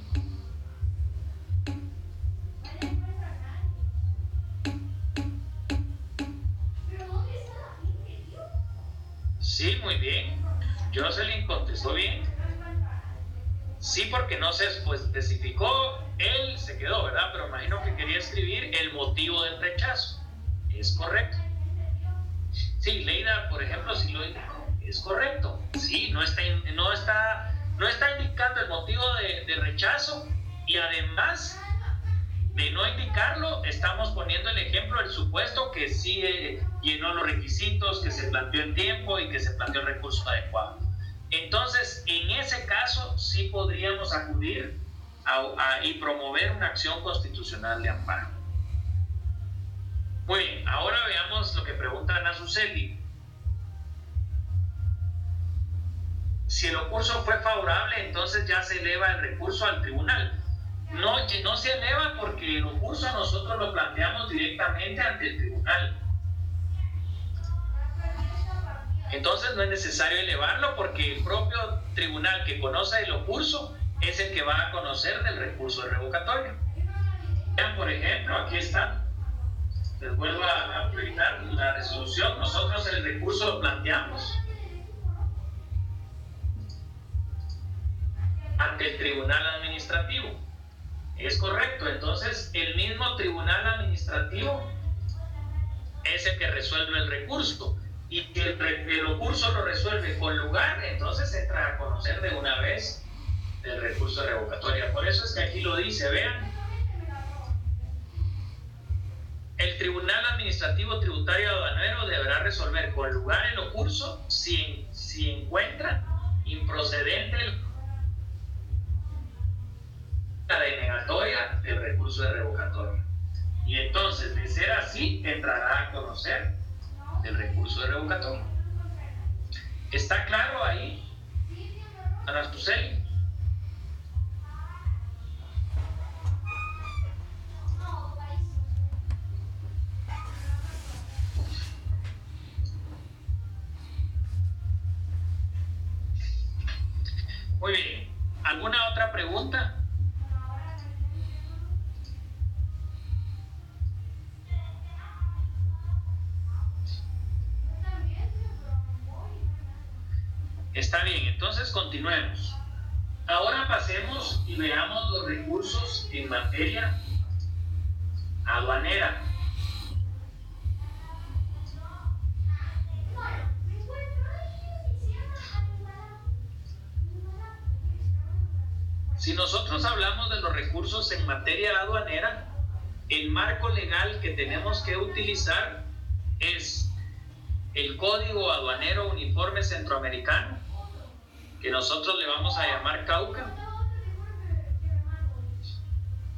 Sí, muy bien. Jocelyn contestó bien. Sí, porque no se especificó, él se quedó, ¿verdad? Pero imagino que quería escribir el motivo del rechazo. Es correcto. Sí, Leida, por ejemplo, sí lo indicó. Es correcto. Sí, no está indicando el motivo de rechazo y además de no indicarlo, estamos poniendo el ejemplo del supuesto que sí llenó los requisitos, que se planteó en tiempo y que se planteó el recurso adecuado. Entonces, en ese caso, sí podríamos acudir y promover una acción constitucional de amparo. Muy bien, ahora veamos lo que pregunta Ana Suseli. Si el recurso fue favorable, entonces ya se eleva el recurso al tribunal. No se eleva porque el recurso nosotros lo planteamos directamente ante el tribunal. Entonces no es necesario elevarlo porque el propio tribunal que conoce el recurso es el que va a conocer del recurso de revocatoria. Vean, por ejemplo, aquí está. Les vuelvo a preguntar la resolución. Nosotros el recurso lo planteamos ante el tribunal administrativo. Es correcto. Entonces el mismo tribunal administrativo es el que resuelve el recurso. Y si el recurso lo resuelve con lugar, entonces entra a conocer de una vez el recurso de revocatoria. Por eso es que aquí lo dice, vean. El Tribunal Administrativo Tributario Aduanero deberá resolver con lugar el recurso si encuentra improcedente la denegatoria del recurso de revocatoria. Y entonces, de ser así, entrará a conocer del recurso de revocatoria. ¿Está claro ahí, Ana Suseli? Muy bien. ¿Alguna otra pregunta? Está bien, entonces continuemos. Ahora pasemos y veamos los recursos en materia aduanera. Si nosotros hablamos de los recursos en materia aduanera, el marco legal que tenemos que utilizar es el Código Aduanero Uniforme Centroamericano, que nosotros le vamos a llamar CAUCA,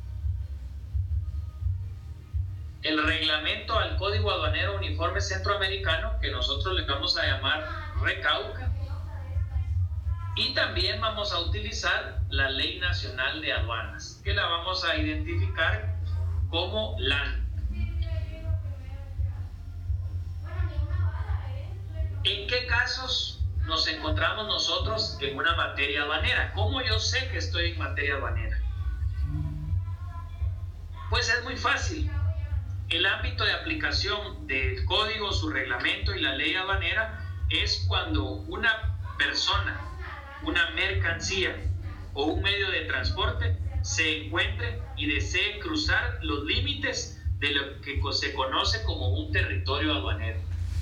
el reglamento al Código Aduanero Uniforme Centroamericano, que nosotros le vamos a llamar RECAUCA, y también vamos a utilizar la Ley Nacional de Aduanas, que la vamos a identificar como LAN. ¿En qué casos nos encontramos nosotros en una materia aduanera? ¿Cómo yo sé que estoy en materia aduanera? Pues es muy fácil. El ámbito de aplicación del código, su reglamento y la ley aduanera es cuando una persona, una mercancía o un medio de transporte se encuentre y desee cruzar los límites de lo que se conoce como un territorio aduanero.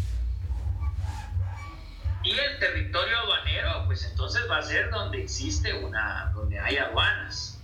Y el territorio aduanero, pues entonces va a ser donde donde hay aduanas.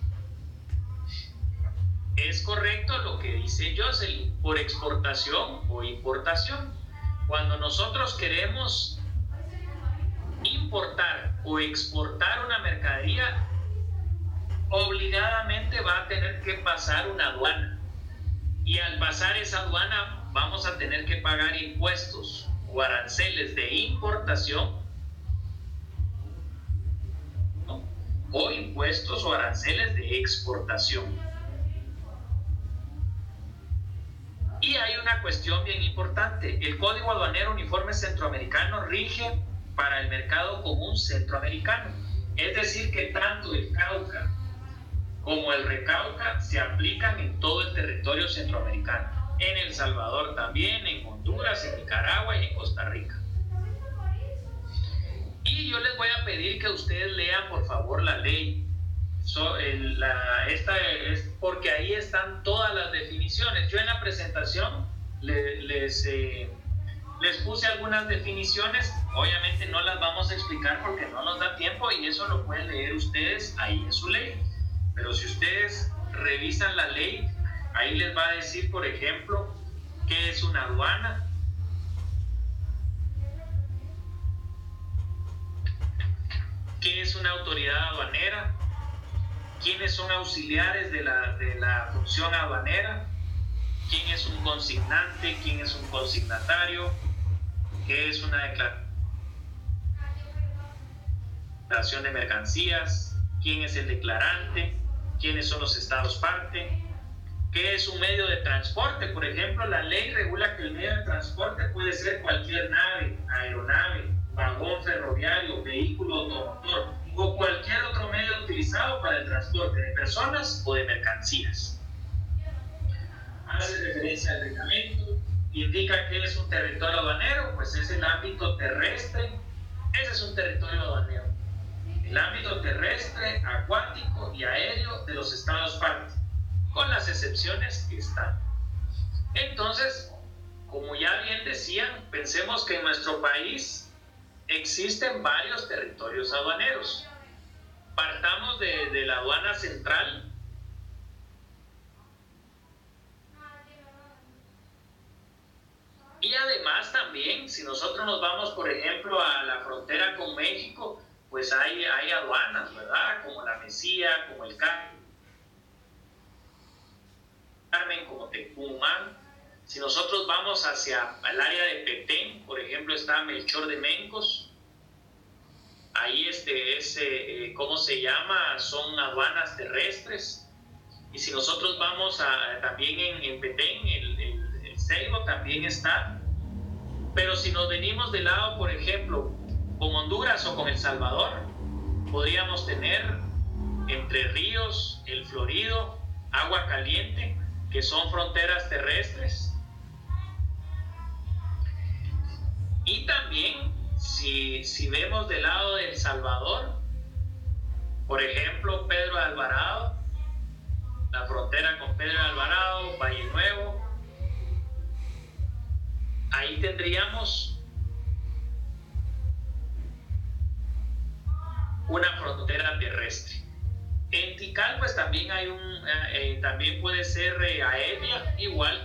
Es correcto lo que dice Jocelyn, por exportación o importación. Cuando nosotros queremos importar o exportar una mercadería, obligadamente va a tener que pasar una aduana. Y al pasar esa aduana vamos a tener que pagar impuestos o aranceles de importación, ¿no? O impuestos o aranceles de exportación. Y hay una cuestión bien importante. El Código Aduanero Uniforme Centroamericano rige para el mercado común centroamericano. Es decir, que tanto el CAUCA como el RECAUCA se aplican en todo el territorio centroamericano. En El Salvador también, en Honduras, en Nicaragua y en Costa Rica. Y yo les voy a pedir que ustedes lean, por favor, la ley. Esta es porque ahí están todas las definiciones. Yo en la presentación les puse algunas definiciones. Obviamente no las vamos a explicar porque no nos da tiempo y eso lo pueden leer ustedes ahí en su ley. Pero si ustedes revisan la ley, ahí les va a decir, por ejemplo, qué es una aduana, qué es una autoridad aduanera, quiénes son auxiliares de la función aduanera, quién es un consignante, quién es un consignatario, qué es una declaración de mercancías, quién es el declarante, quiénes son los estados parte, qué es un medio de transporte. Por ejemplo, la ley regula que el medio de transporte puede ser cualquier nave, aeronave, vagón ferroviario, vehículo automotor o cualquier otro medio utilizado para el transporte de personas o de mercancías. Hace referencia al reglamento, indica que es un territorio aduanero, pues es el ámbito terrestre. Ese es un territorio aduanero. El ámbito terrestre, acuático y aéreo de los estados parte, con las excepciones que están. Entonces, como ya bien decían, pensemos que en nuestro país existen varios territorios aduaneros. Partamos de la aduana central. Y además también, si nosotros nos vamos, por ejemplo, a la frontera con México, pues hay aduanas, ¿verdad? Como la Mesía, como el Carmen, como Tecumán. Si nosotros vamos hacia el área de Petén, por ejemplo, está Melchor de Mencos. Ahí ¿cómo se llama? Son aduanas terrestres. Y si nosotros vamos también en Petén, el Ceibo también está. Pero si nos venimos del lado, por ejemplo, con Honduras o con El Salvador, podríamos tener Entre Ríos, El Florido, Agua Caliente, que son fronteras terrestres. Y también, si vemos del lado de El Salvador, por ejemplo, Pedro de Alvarado, la frontera con Pedro de Alvarado, Valle Nuevo, ahí tendríamos una frontera terrestre. En Tikal, pues también hay también puede ser aérea, igual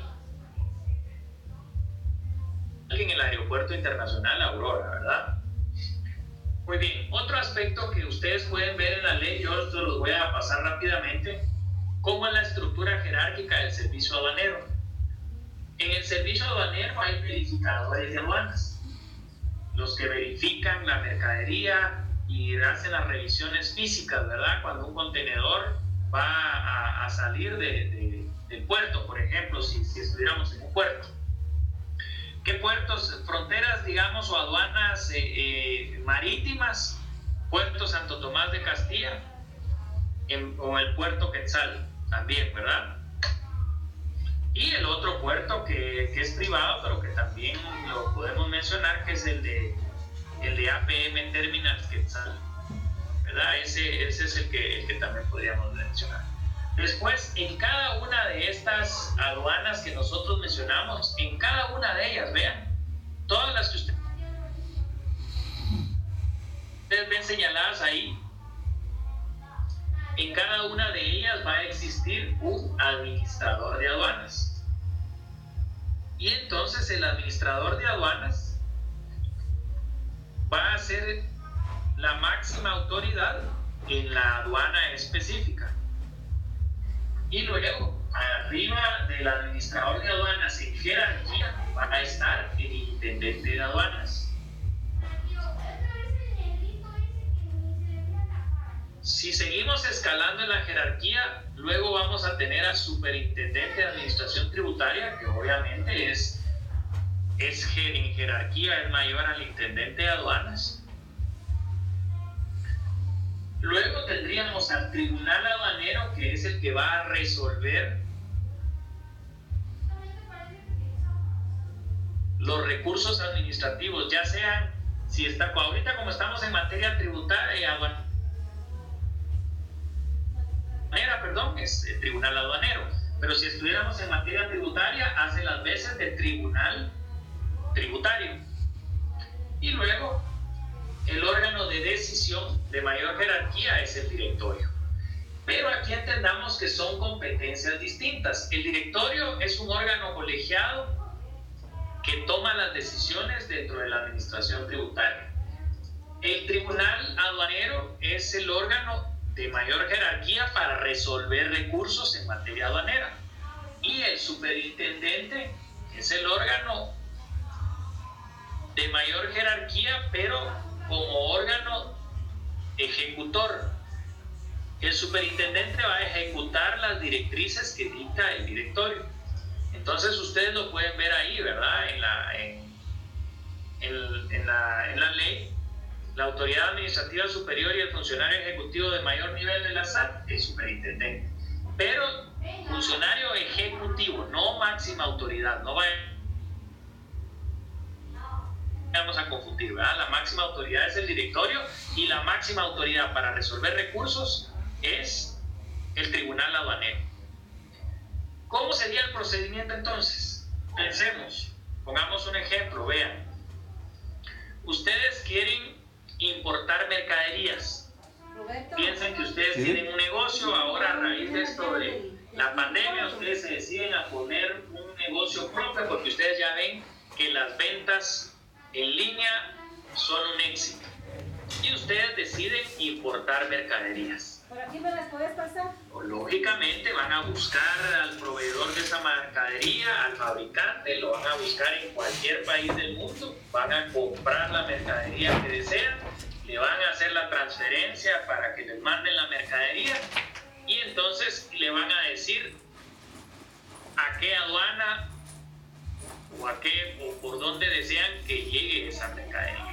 en el aeropuerto internacional Aurora, ¿verdad? Muy bien, otro aspecto que ustedes pueden ver en la ley, yo se los voy a pasar rápidamente, cómo es la estructura jerárquica del servicio aduanero. aduanero hay verificadores de aduanas, los que verifican la mercadería y hacen las revisiones físicas, ¿verdad? Cuando un contenedor va a salir del puerto, por ejemplo, si estuviéramos en un puerto. ¿Qué puertos? Fronteras, digamos, o aduanas marítimas, Puerto Santo Tomás de Castilla o el Puerto Quetzal también, ¿verdad? Y el otro puerto que es privado, pero que también lo podemos mencionar, que es el de APM Terminals Quetzal, ¿verdad? Ese es el que también podríamos mencionar. Después, en cada una de estas aduanas que nosotros mencionamos, en cada una de ellas, vean, todas las que ustedes ven señaladas ahí, en cada una de ellas va a existir un administrador de aduanas. Y entonces el administrador de aduanas va a ser la máxima autoridad en la aduana específica. Y luego, arriba del administrador de aduanas en jerarquía va a estar el intendente de aduanas. Si seguimos escalando en la jerarquía, luego vamos a tener al superintendente de administración tributaria, que obviamente en jerarquía es mayor al intendente de aduanas. Luego tendríamos al tribunal aduanero, que es el que va a resolver los recursos administrativos, ya sean, si está, ahorita como estamos en materia tributaria, es el tribunal aduanero, pero si estuviéramos en materia tributaria, hace las veces del tribunal tributario. Y luego, el órgano de decisión de mayor jerarquía es el directorio. Pero aquí entendamos que son competencias distintas. El directorio es un órgano colegiado que toma las decisiones dentro de la administración tributaria. El tribunal aduanero es el órgano de mayor jerarquía para resolver recursos en materia aduanera. Y el superintendente es el órgano de mayor jerarquía, pero como órgano ejecutor. El superintendente va a ejecutar las directrices que dicta el directorio. Entonces ustedes lo pueden ver ahí, ¿verdad? En la ley. La autoridad administrativa superior y el funcionario ejecutivo de mayor nivel de la SAT es superintendente. Pero funcionario ejecutivo, no máxima autoridad, no vamos a confundir, ¿verdad? La máxima autoridad es el directorio y la máxima autoridad para resolver recursos es el tribunal aduanero. ¿Cómo sería el procedimiento entonces? Pensemos, pongamos un ejemplo, vean. Ustedes quieren importar mercaderías. Piensen que ustedes tienen un negocio, ahora a raíz de esto de la pandemia, ustedes se deciden a poner un negocio propio porque ustedes ya ven que las ventas en línea son un éxito. Y ustedes deciden importar mercaderías. ¿Por aquí me las puedes pasar? Lógicamente van a buscar al proveedor de esa mercadería, al fabricante, lo van a buscar en cualquier país del mundo, van a comprar la mercadería que desean, le van a hacer la transferencia para que les manden la mercadería y entonces le van a decir a qué aduana o por dónde desean que llegue esa mercadería.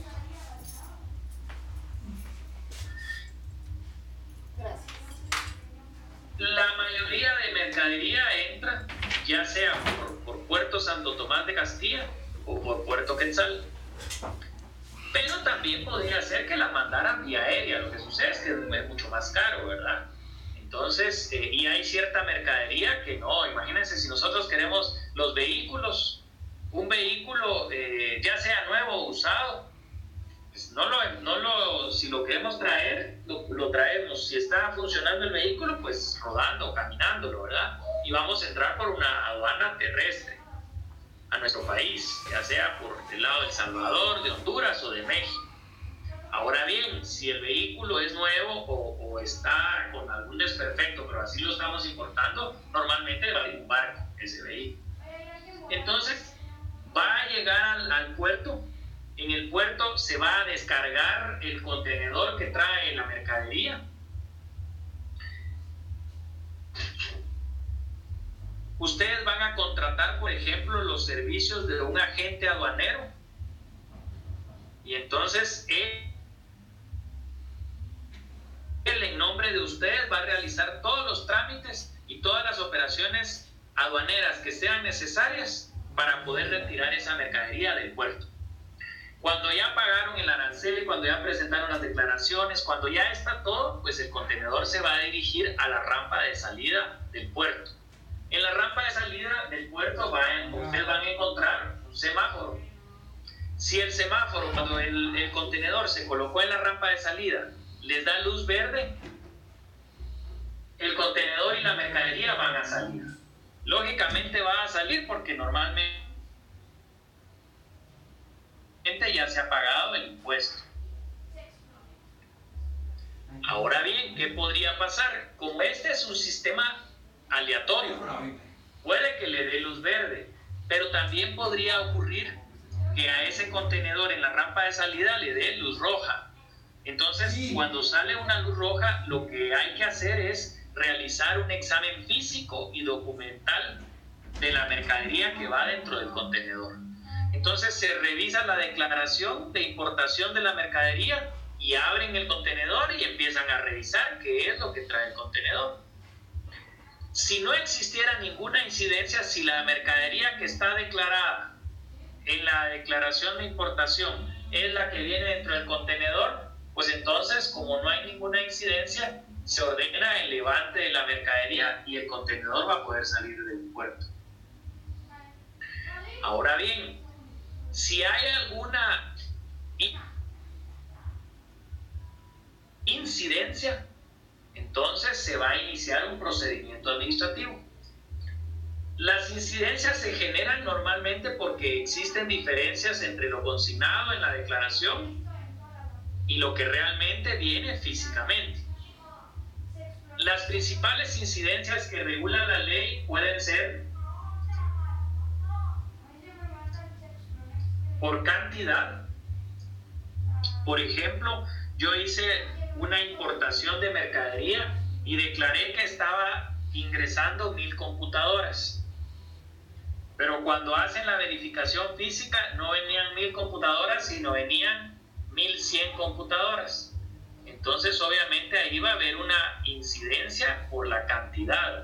La mayoría de mercadería entra ya sea por Puerto Santo Tomás de Castilla o por Puerto Quetzal, pero también podría ser que la mandaran vía aérea. Lo que sucede es que es mucho más caro, ¿verdad? Entonces, y hay cierta mercadería que no. Imagínense si nosotros queremos los vehículos, un vehículo ya sea nuevo o usado, pues si lo queremos traer, lo traemos. Si está funcionando el vehículo, pues rodando, caminándolo, ¿verdad? Y vamos a entrar por una aduana terrestre a nuestro país, ya sea por el lado de El Salvador, de Honduras o de México. Ahora bien, si el vehículo es nuevo o está con algún desperfecto, pero así lo estamos importando, normalmente va en un barco ese vehículo. Entonces, va a llegar al puerto. En el puerto se va a descargar el contenedor que trae la mercadería. Ustedes van a contratar, por ejemplo, los servicios de un agente aduanero. Y entonces él en nombre de ustedes va a realizar todos los trámites y todas las operaciones aduaneras que sean necesarias para poder retirar esa mercadería del puerto. Cuando ya pagaron el arancel y cuando ya presentaron las declaraciones, cuando ya está todo, pues el contenedor se va a dirigir a la rampa de salida del puerto. En la rampa de salida del puerto ustedes van a encontrar un semáforo. Si el semáforo, cuando el contenedor se colocó en la rampa de salida, les da luz verde, el contenedor y la mercadería van a salir. Lógicamente va a salir porque normalmente ya se ha pagado el impuesto. Ahora bien, ¿qué podría pasar? Como este es un sistema aleatorio, puede que le dé luz verde, pero también podría ocurrir que a ese contenedor en la rampa de salida le dé luz roja. Entonces, cuando sale una luz roja, lo que hay que hacer es realizar un examen físico y documental de la mercadería que va dentro del contenedor. Entonces se revisa la declaración de importación de la mercadería y abren el contenedor y empiezan a revisar qué es lo que trae el contenedor. Si no existiera ninguna incidencia, si la mercadería que está declarada en la declaración de importación es la que viene dentro del contenedor, pues entonces, como no hay ninguna incidencia, se ordena el levante de la mercadería y el contenedor va a poder salir del puerto. Ahora bien, si hay alguna incidencia, entonces se va a iniciar un procedimiento administrativo. Las incidencias se generan normalmente porque existen diferencias entre lo consignado en la declaración y lo que realmente viene físicamente. Las principales incidencias que regula la ley pueden ser por cantidad. Por ejemplo, yo hice una importación de mercadería y declaré que estaba ingresando 1000 computadoras. Pero cuando hacen la verificación física no venían 1000 computadoras, sino venían 1100 computadoras. Entonces, obviamente, ahí va a haber una incidencia por la cantidad.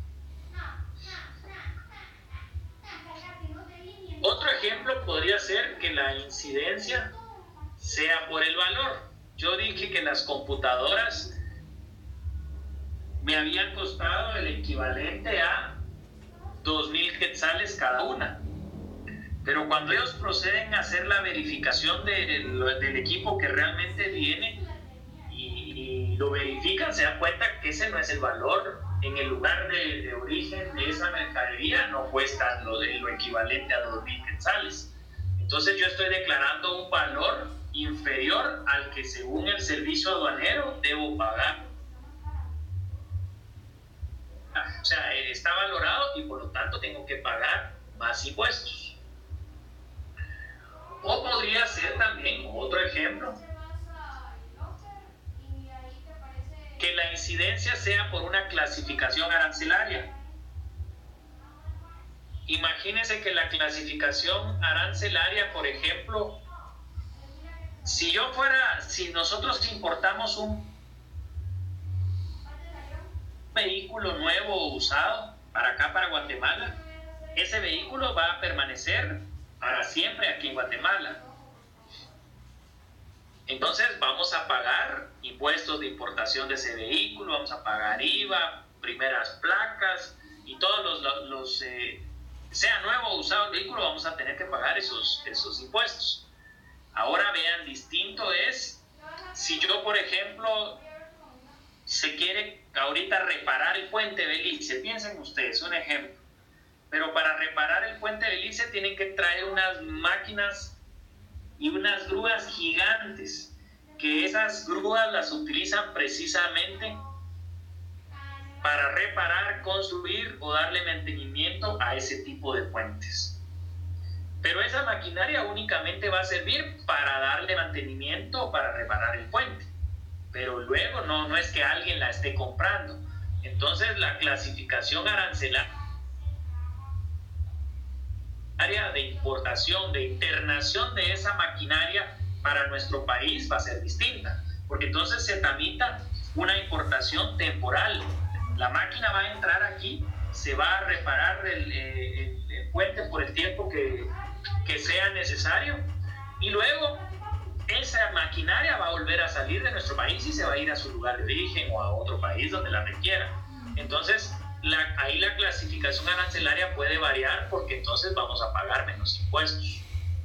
Otro ejemplo podría ser que la incidencia sea por el valor. Yo dije que las computadoras me habían costado el equivalente a 2000 quetzales cada una. Pero cuando ellos proceden a hacer la verificación del equipo que realmente viene y lo verifican, se dan cuenta que ese no es el valor. En el lugar de origen de esa mercadería no cuesta lo equivalente a 2000 quetzales. Entonces yo estoy declarando un valor inferior al que según el servicio aduanero debo pagar. O sea, está valorado y por lo tanto tengo que pagar más impuestos. O podría ser también otro ejemplo, que la incidencia sea por una clasificación arancelaria. Imagínense que la clasificación arancelaria, por ejemplo, si nosotros importamos un vehículo nuevo o usado para acá, para Guatemala, ese vehículo va a permanecer para siempre aquí en Guatemala. Entonces vamos a pagar impuestos de importación de ese vehículo, vamos a pagar IVA, primeras placas y todos los sea nuevo o usado el vehículo, vamos a tener que pagar esos impuestos. Ahora vean, distinto es si yo, por ejemplo, se quiere ahorita reparar el puente Belice, piensen ustedes, un ejemplo, pero para reparar el puente Belice tienen que traer unas máquinas y unas grúas gigantes, que esas grúas las utilizan precisamente para reparar, construir o darle mantenimiento a ese tipo de puentes. Pero esa maquinaria únicamente va a servir para darle mantenimiento o para reparar el puente. Pero luego no es que alguien la esté comprando. Entonces la clasificación arancelaria de importación, de internación de esa maquinaria para nuestro país va a ser distinta, porque entonces se tramita una importación temporal. La máquina va a entrar aquí, se va a reparar el puente por el tiempo que sea necesario, y luego esa maquinaria va a volver a salir de nuestro país y se va a ir a su lugar de origen o a otro país donde la requiera. Entonces ahí la clasificación arancelaria puede variar, porque entonces vamos a pagar menos impuestos.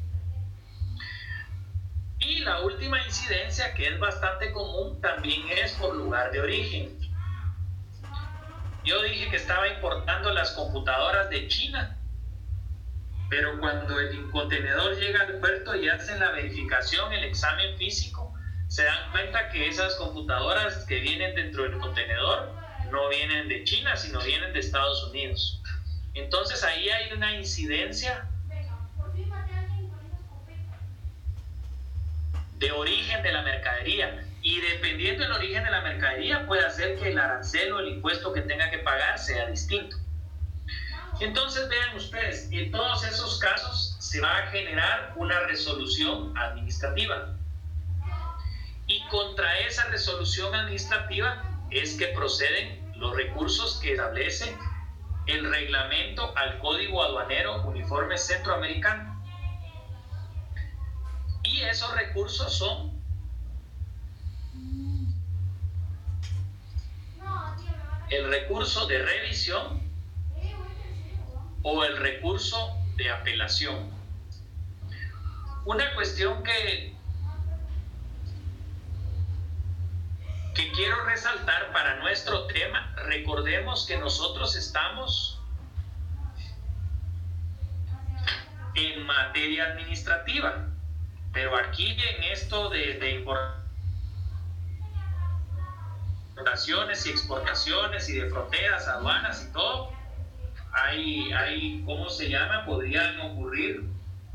Y la última incidencia, que es bastante común, también es por lugar de origen. Yo dije que estaba importando las computadoras de China, pero cuando el contenedor llega al puerto y hacen la verificación, el examen físico, se dan cuenta que esas computadoras que vienen dentro del contenedor no vienen de China, sino vienen de Estados Unidos. Entonces ahí hay una incidencia de origen de la mercadería, y dependiendo del origen de la mercadería puede hacer que el arancel o el impuesto que tenga que pagar sea distinto. Entonces vean ustedes, en todos esos casos se va a generar una resolución administrativa, y contra esa resolución administrativa es que proceden los recursos que establece el reglamento al Código Aduanero Uniforme Centroamericano. Y esos recursos son el recurso de revisión o el recurso de apelación. Una cuestión que quiero resaltar para nuestro tema: recordemos que nosotros estamos en materia administrativa, pero aquí en esto de importaciones y exportaciones y de fronteras, aduanas y todo, hay ¿cómo se llama? Podrían ocurrir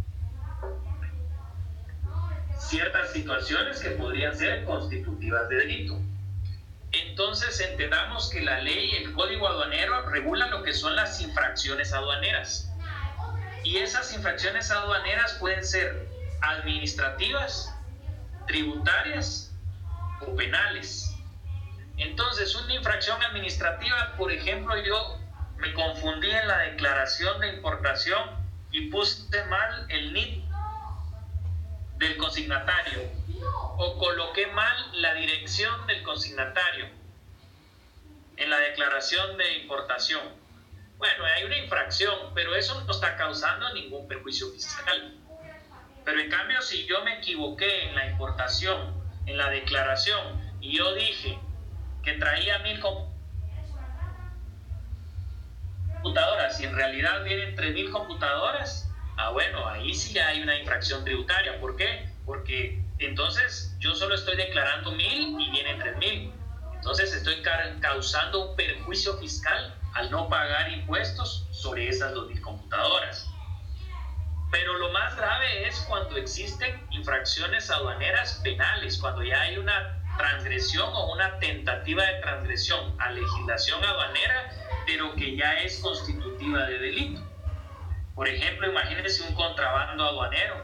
ciertas situaciones que podrían ser constitutivas de delito. Entonces entendamos que la ley, el Código Aduanero, regula lo que son las infracciones aduaneras. Y esas infracciones aduaneras pueden ser administrativas, tributarias o penales. Entonces, una infracción administrativa, por ejemplo, yo me confundí en la declaración de importación y puse mal el NIT del consignatario, o coloqué mal la dirección del consignatario en la declaración de importación. Bueno, hay una infracción, pero eso no está causando ningún perjuicio fiscal. Pero en cambio, si yo me equivoqué en la importación, en la declaración, y yo dije que traía 1000 computadoras y en realidad vienen 3000 computadoras, bueno, ahí sí hay una infracción tributaria. ¿Por qué? Porque entonces yo solo estoy declarando 1000 y vienen 3000. Entonces estoy causando un perjuicio fiscal al no pagar impuestos sobre esas 2000 computadoras. Pero lo más grave es cuando existen infracciones aduaneras penales, cuando ya hay una transgresión o una tentativa de transgresión a legislación aduanera, pero que ya es constitutiva de delito. Por ejemplo, imagínense un contrabando aduanero.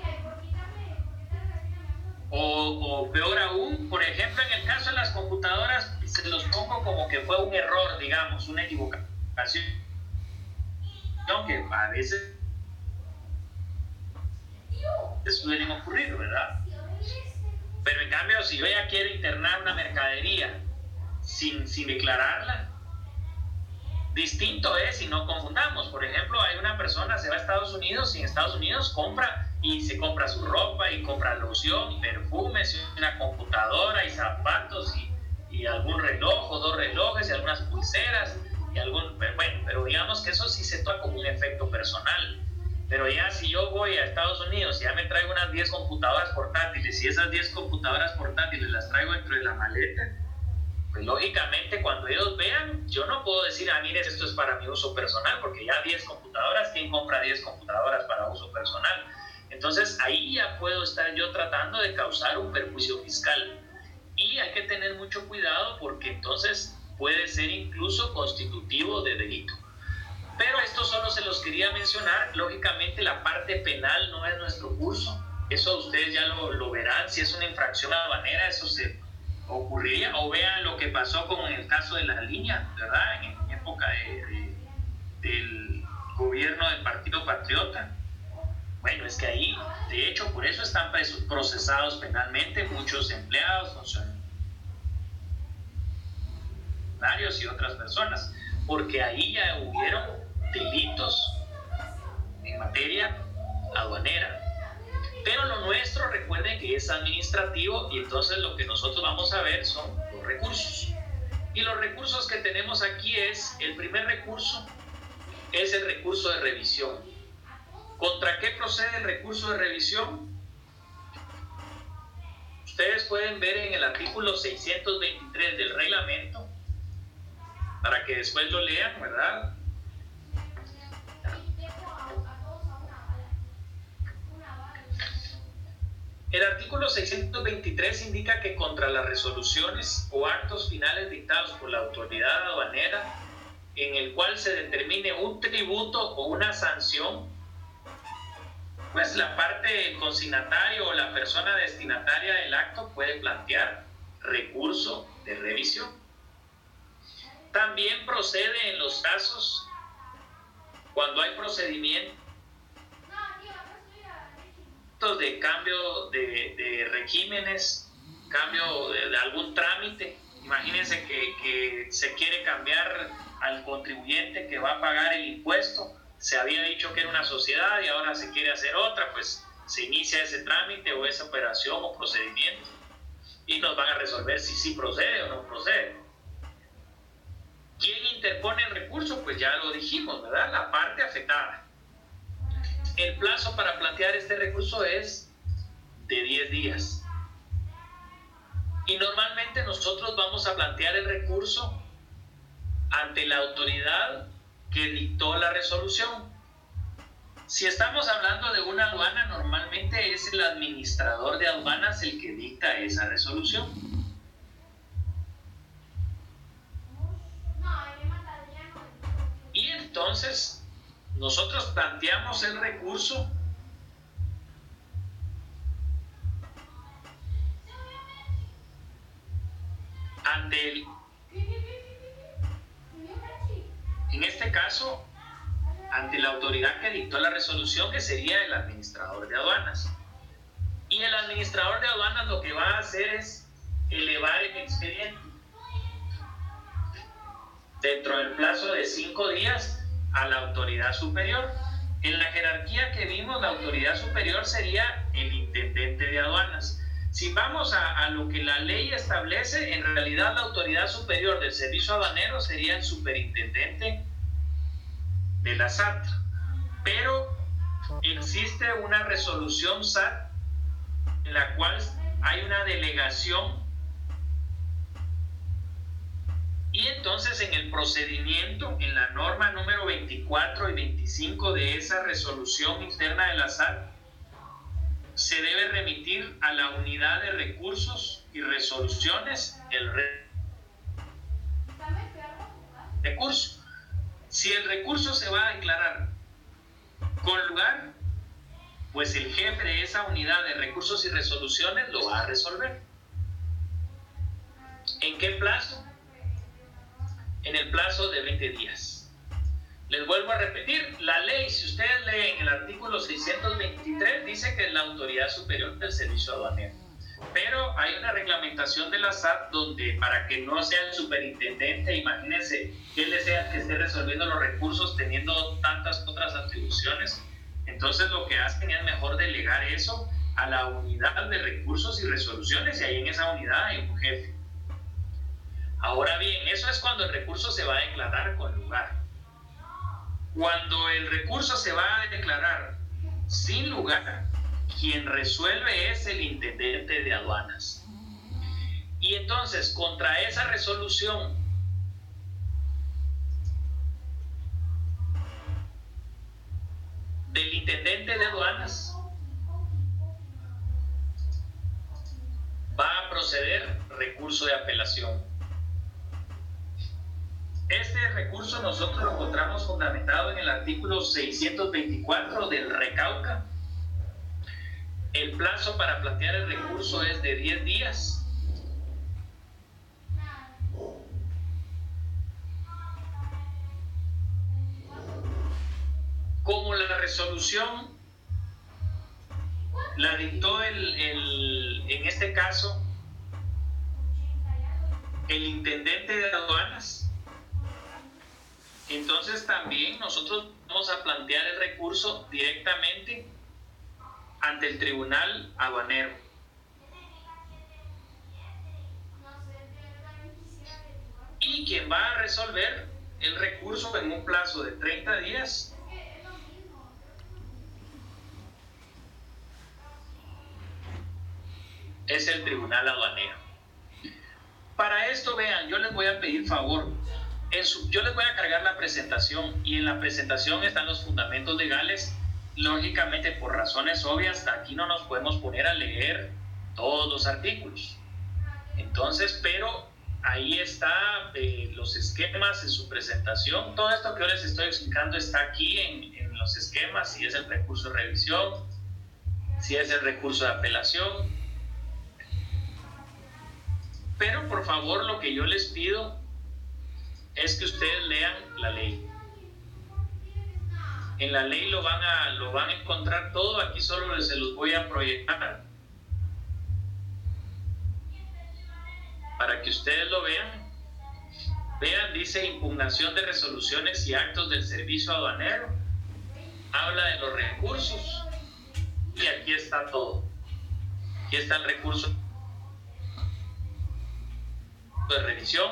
O peor aún, por ejemplo, en el caso de las computadoras, se los pongo como que fue un error, digamos, una equivocación, que a veces suelen ocurrir, ¿verdad? Pero en cambio, si yo ya quiero internar una mercadería sin declararla, distinto es, y no confundamos. Por ejemplo, hay una persona, se va a Estados Unidos y en Estados Unidos compra su ropa y compra loción y perfumes y una computadora y zapatos y algún reloj o 2 relojes y algunas pulseras y pero digamos que eso sí se toma como un efecto personal. Pero ya si yo voy a Estados Unidos y ya me traigo unas 10 computadoras portátiles y esas 10 computadoras portátiles las traigo dentro de la maleta, pues lógicamente cuando ellos vean, yo no puedo decir, mire, esto es para mi uso personal, porque ya 10 computadoras, ¿quién compra 10 computadoras para uso personal? Entonces ahí ya puedo estar yo tratando de causar un perjuicio fiscal. Y hay que tener mucho cuidado porque entonces puede ser incluso constitutivo de delito. Pero esto solo se los quería mencionar. Lógicamente la parte penal no es nuestro curso. Eso ustedes ya lo verán. Si es una infracción aduanera, eso se ocurriría. O vean lo que pasó con el caso de la línea, ¿verdad? En época del gobierno del Partido Patriota. Bueno, es que ahí, de hecho, por eso están procesados penalmente muchos empleados, funcionarios y otras personas, porque ahí ya hubieron delitos en materia aduanera. Pero lo nuestro, recuerden que es administrativo, y entonces lo que nosotros vamos a ver son los recursos. Y los recursos que tenemos aquí el primer recurso es el recurso de revisión. ¿Contra qué procede el recurso de revisión? Ustedes pueden ver en el artículo 623 del reglamento, para que después lo lean, ¿verdad? El artículo 623 indica que contra las resoluciones o actos finales dictados por la autoridad aduanera, en el cual se determine un tributo o una sanción, pues la parte consignatario o la persona destinataria del acto puede plantear recurso de revisión. También procede en los casos cuando hay procedimientos de cambio de regímenes, cambio de algún trámite. Imagínense que se quiere cambiar al contribuyente que va a pagar el impuesto. Se había dicho que era una sociedad y ahora se quiere hacer otra, pues se inicia ese trámite o esa operación o procedimiento y nos van a resolver si sí procede o no procede. ¿Quién interpone el recurso? Pues ya lo dijimos, ¿verdad? La parte afectada. El plazo para plantear este recurso es de 10 días. Y normalmente nosotros vamos a plantear el recurso ante la autoridad que dictó la resolución. Si estamos hablando de una aduana, normalmente es el administrador de aduanas el que dicta esa resolución. Y entonces nosotros planteamos el recurso ante en este caso, ante la autoridad que dictó la resolución, que sería el administrador de aduanas. Y el administrador de aduanas lo que va a hacer es elevar el expediente dentro del plazo de 5 días a la autoridad superior. En la jerarquía que vimos, la autoridad superior sería el intendente de aduanas. Si vamos a lo que la ley establece, en realidad la autoridad superior del servicio aduanero sería el superintendente de la SAT. Pero existe una resolución SAT en la cual hay una delegación, y entonces en el procedimiento, en la norma número 24 y 25 de esa resolución interna de la SAT, se debe remitir a la unidad de recursos y resoluciones el recurso. Si el recurso se va a declarar con lugar, pues el jefe de esa unidad de recursos y resoluciones lo va a resolver. ¿En qué plazo? En el plazo de 20 días. Les vuelvo a repetir, la ley, si ustedes leen el artículo 623, dice que es la autoridad superior del servicio aduanero. Pero hay una reglamentación de la SAT donde, para que no sea el superintendente, imagínense que él sea que esté resolviendo los recursos teniendo tantas otras atribuciones, entonces lo que hacen es mejor delegar eso a la unidad de recursos y resoluciones, y ahí en esa unidad hay un jefe. Ahora bien, eso es cuando el recurso se va a declarar con lugar. Cuando el recurso se va a declarar sin lugar, quien resuelve es el intendente de aduanas. Y entonces, contra esa resolución del intendente de aduanas, va a proceder recurso de apelación. Este recurso nosotros lo encontramos fundamentado en el artículo 624 del Recauca. El plazo para plantear el recurso es de 10 días. Como la resolución la dictó en este caso el intendente de aduanas, entonces también nosotros vamos a plantear el recurso directamente ante el tribunal aduanero. Y quien va a resolver el recurso en un plazo de 30 días es el tribunal aduanero. Para esto, vean, yo les voy a pedir favor. Yo les voy a cargar la presentación y en la presentación están los fundamentos legales. Lógicamente, por razones obvias, aquí no nos podemos poner a leer todos los artículos. Entonces, pero ahí está los esquemas en su presentación. Todo esto que yo les estoy explicando está aquí en los esquemas, si es el recurso de revisión, si es el recurso de apelación. Pero por favor, lo que yo les pido es que ustedes lean la ley. En la ley lo van a encontrar todo. Aquí solo se los voy a proyectar para que ustedes lo vean. Vean, dice impugnación de resoluciones y actos del servicio aduanero. Habla de los recursos y aquí está todo. Aquí está el recurso de revisión,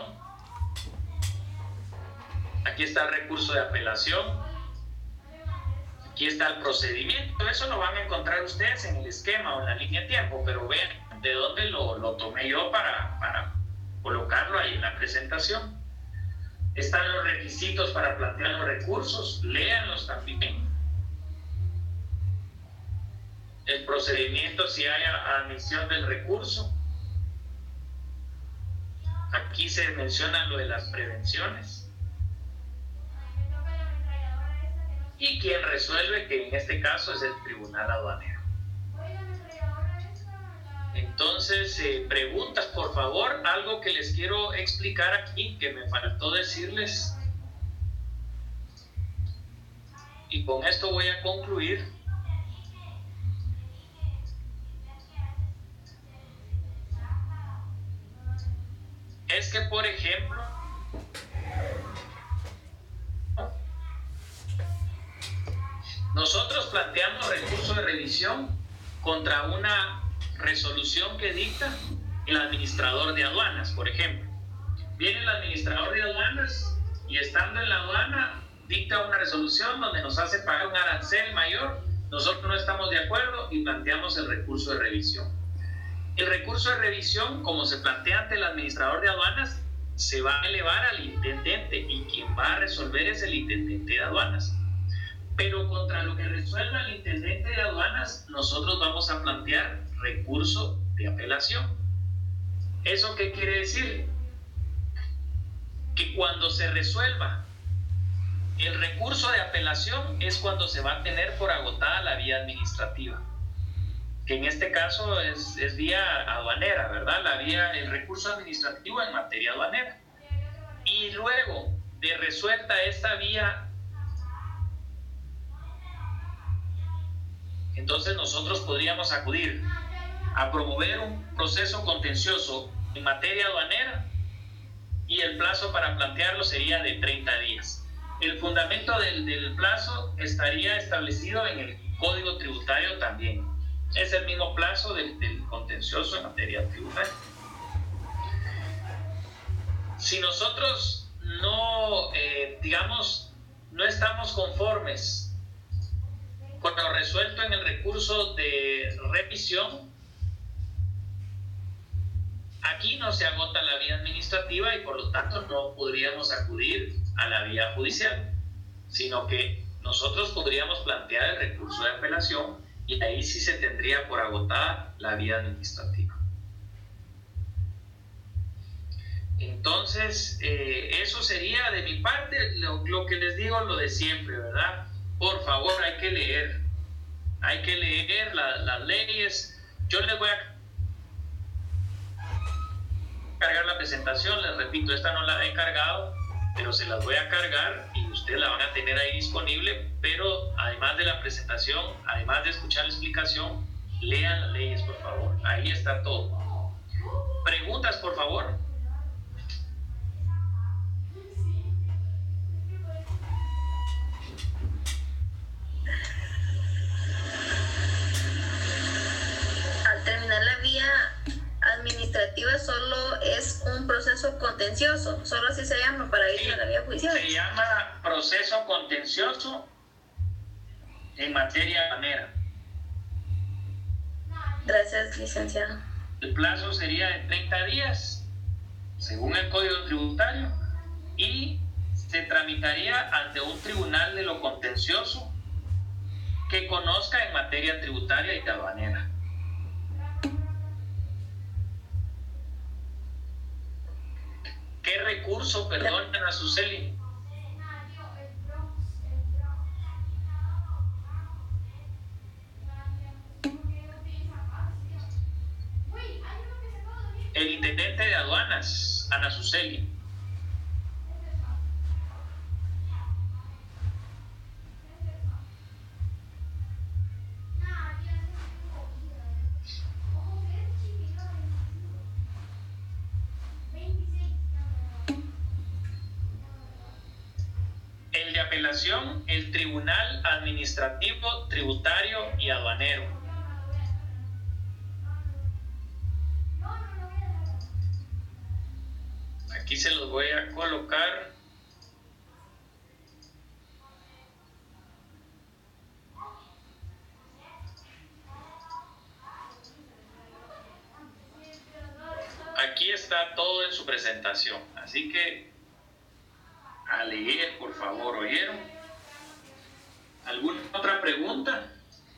aquí está el recurso de apelación, aquí está el procedimiento. Eso lo van a encontrar ustedes en el esquema o en la línea de tiempo, pero vean de dónde lo tomé yo para colocarlo ahí en la presentación. Están los requisitos para plantear los recursos, léanlos también. El procedimiento si hay admisión del recurso. Aquí se menciona lo de las prevenciones. Y quien resuelve, que en este caso es el tribunal aduanero. Entonces, preguntas, por favor. Algo que les quiero explicar aquí, que me faltó decirles. Y con esto voy a concluir. Es que, por ejemplo, nosotros planteamos recurso de revisión contra una resolución que dicta el administrador de aduanas, por ejemplo. Viene el administrador de aduanas y estando en la aduana dicta una resolución donde nos hace pagar un arancel mayor. Nosotros no estamos de acuerdo y planteamos el recurso de revisión. El recurso de revisión, como se plantea ante el administrador de aduanas, se va a elevar al intendente y quien va a resolver es el intendente de aduanas. Pero contra lo que resuelva el intendente de aduanas, nosotros vamos a plantear recurso de apelación. ¿Eso qué quiere decir? Que cuando se resuelva el recurso de apelación es cuando se va a tener por agotada la vía administrativa, que en este caso es vía aduanera, ¿verdad? El recurso administrativo en materia aduanera. Y luego de resuelta esta vía, entonces nosotros podríamos acudir a promover un proceso contencioso en materia aduanera y el plazo para plantearlo sería de 30 días. El fundamento del plazo estaría establecido en el Código Tributario también. Es el mismo plazo del contencioso en materia tributaria. Si nosotros no estamos conformes con lo resuelto en el recurso de revisión, Aquí no se agota la vía administrativa y por lo tanto no podríamos acudir a la vía judicial, sino que nosotros podríamos plantear el recurso de apelación y ahí sí se tendría por agotada la vía administrativa. Entonces, eso sería de mi parte. Lo que les digo, lo de siempre, ¿verdad? Por favor, hay que leer las leyes. Yo les voy a cargar la presentación, les repito, esta no la he cargado, pero se las voy a cargar y ustedes la van a tener ahí disponible, pero además de la presentación, además de escuchar la explicación, lean las leyes, por favor, ahí está todo. Preguntas, por favor. Al terminar la vía administrativa solo es un proceso contencioso, solo así se llama para ir a la vía judicial. Se llama proceso contencioso en materia aduanera. Gracias, licenciado. El plazo sería de 30 días, según el Código Tributario, y se tramitaría ante un tribunal de lo contencioso que conozca en materia tributaria y aduanera. ¿Qué recurso, perdón, Ana Suseli? El intendente de aduanas, Ana Suseli. El de apelación, el Tribunal Administrativo, Tributario y Aduanero. Aquí se los voy a colocar. Aquí está todo en su presentación, así que a leer, por favor, ¿oyeron? ¿Alguna otra pregunta?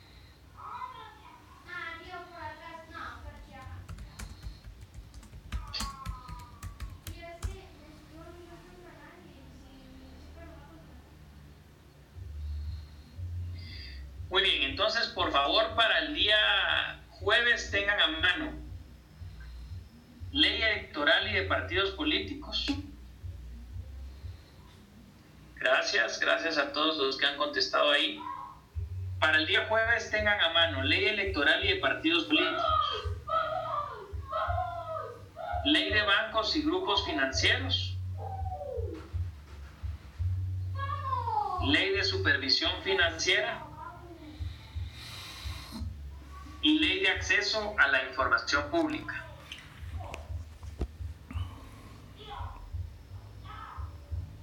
Muy bien, entonces por favor para el día jueves tengan a mano ley electoral y de partidos políticos. Gracias a todos los que han contestado ahí. Para el día jueves tengan a mano ley electoral y de partidos políticos, ley de bancos y grupos financieros, ley de supervisión financiera y ley de acceso a la información pública.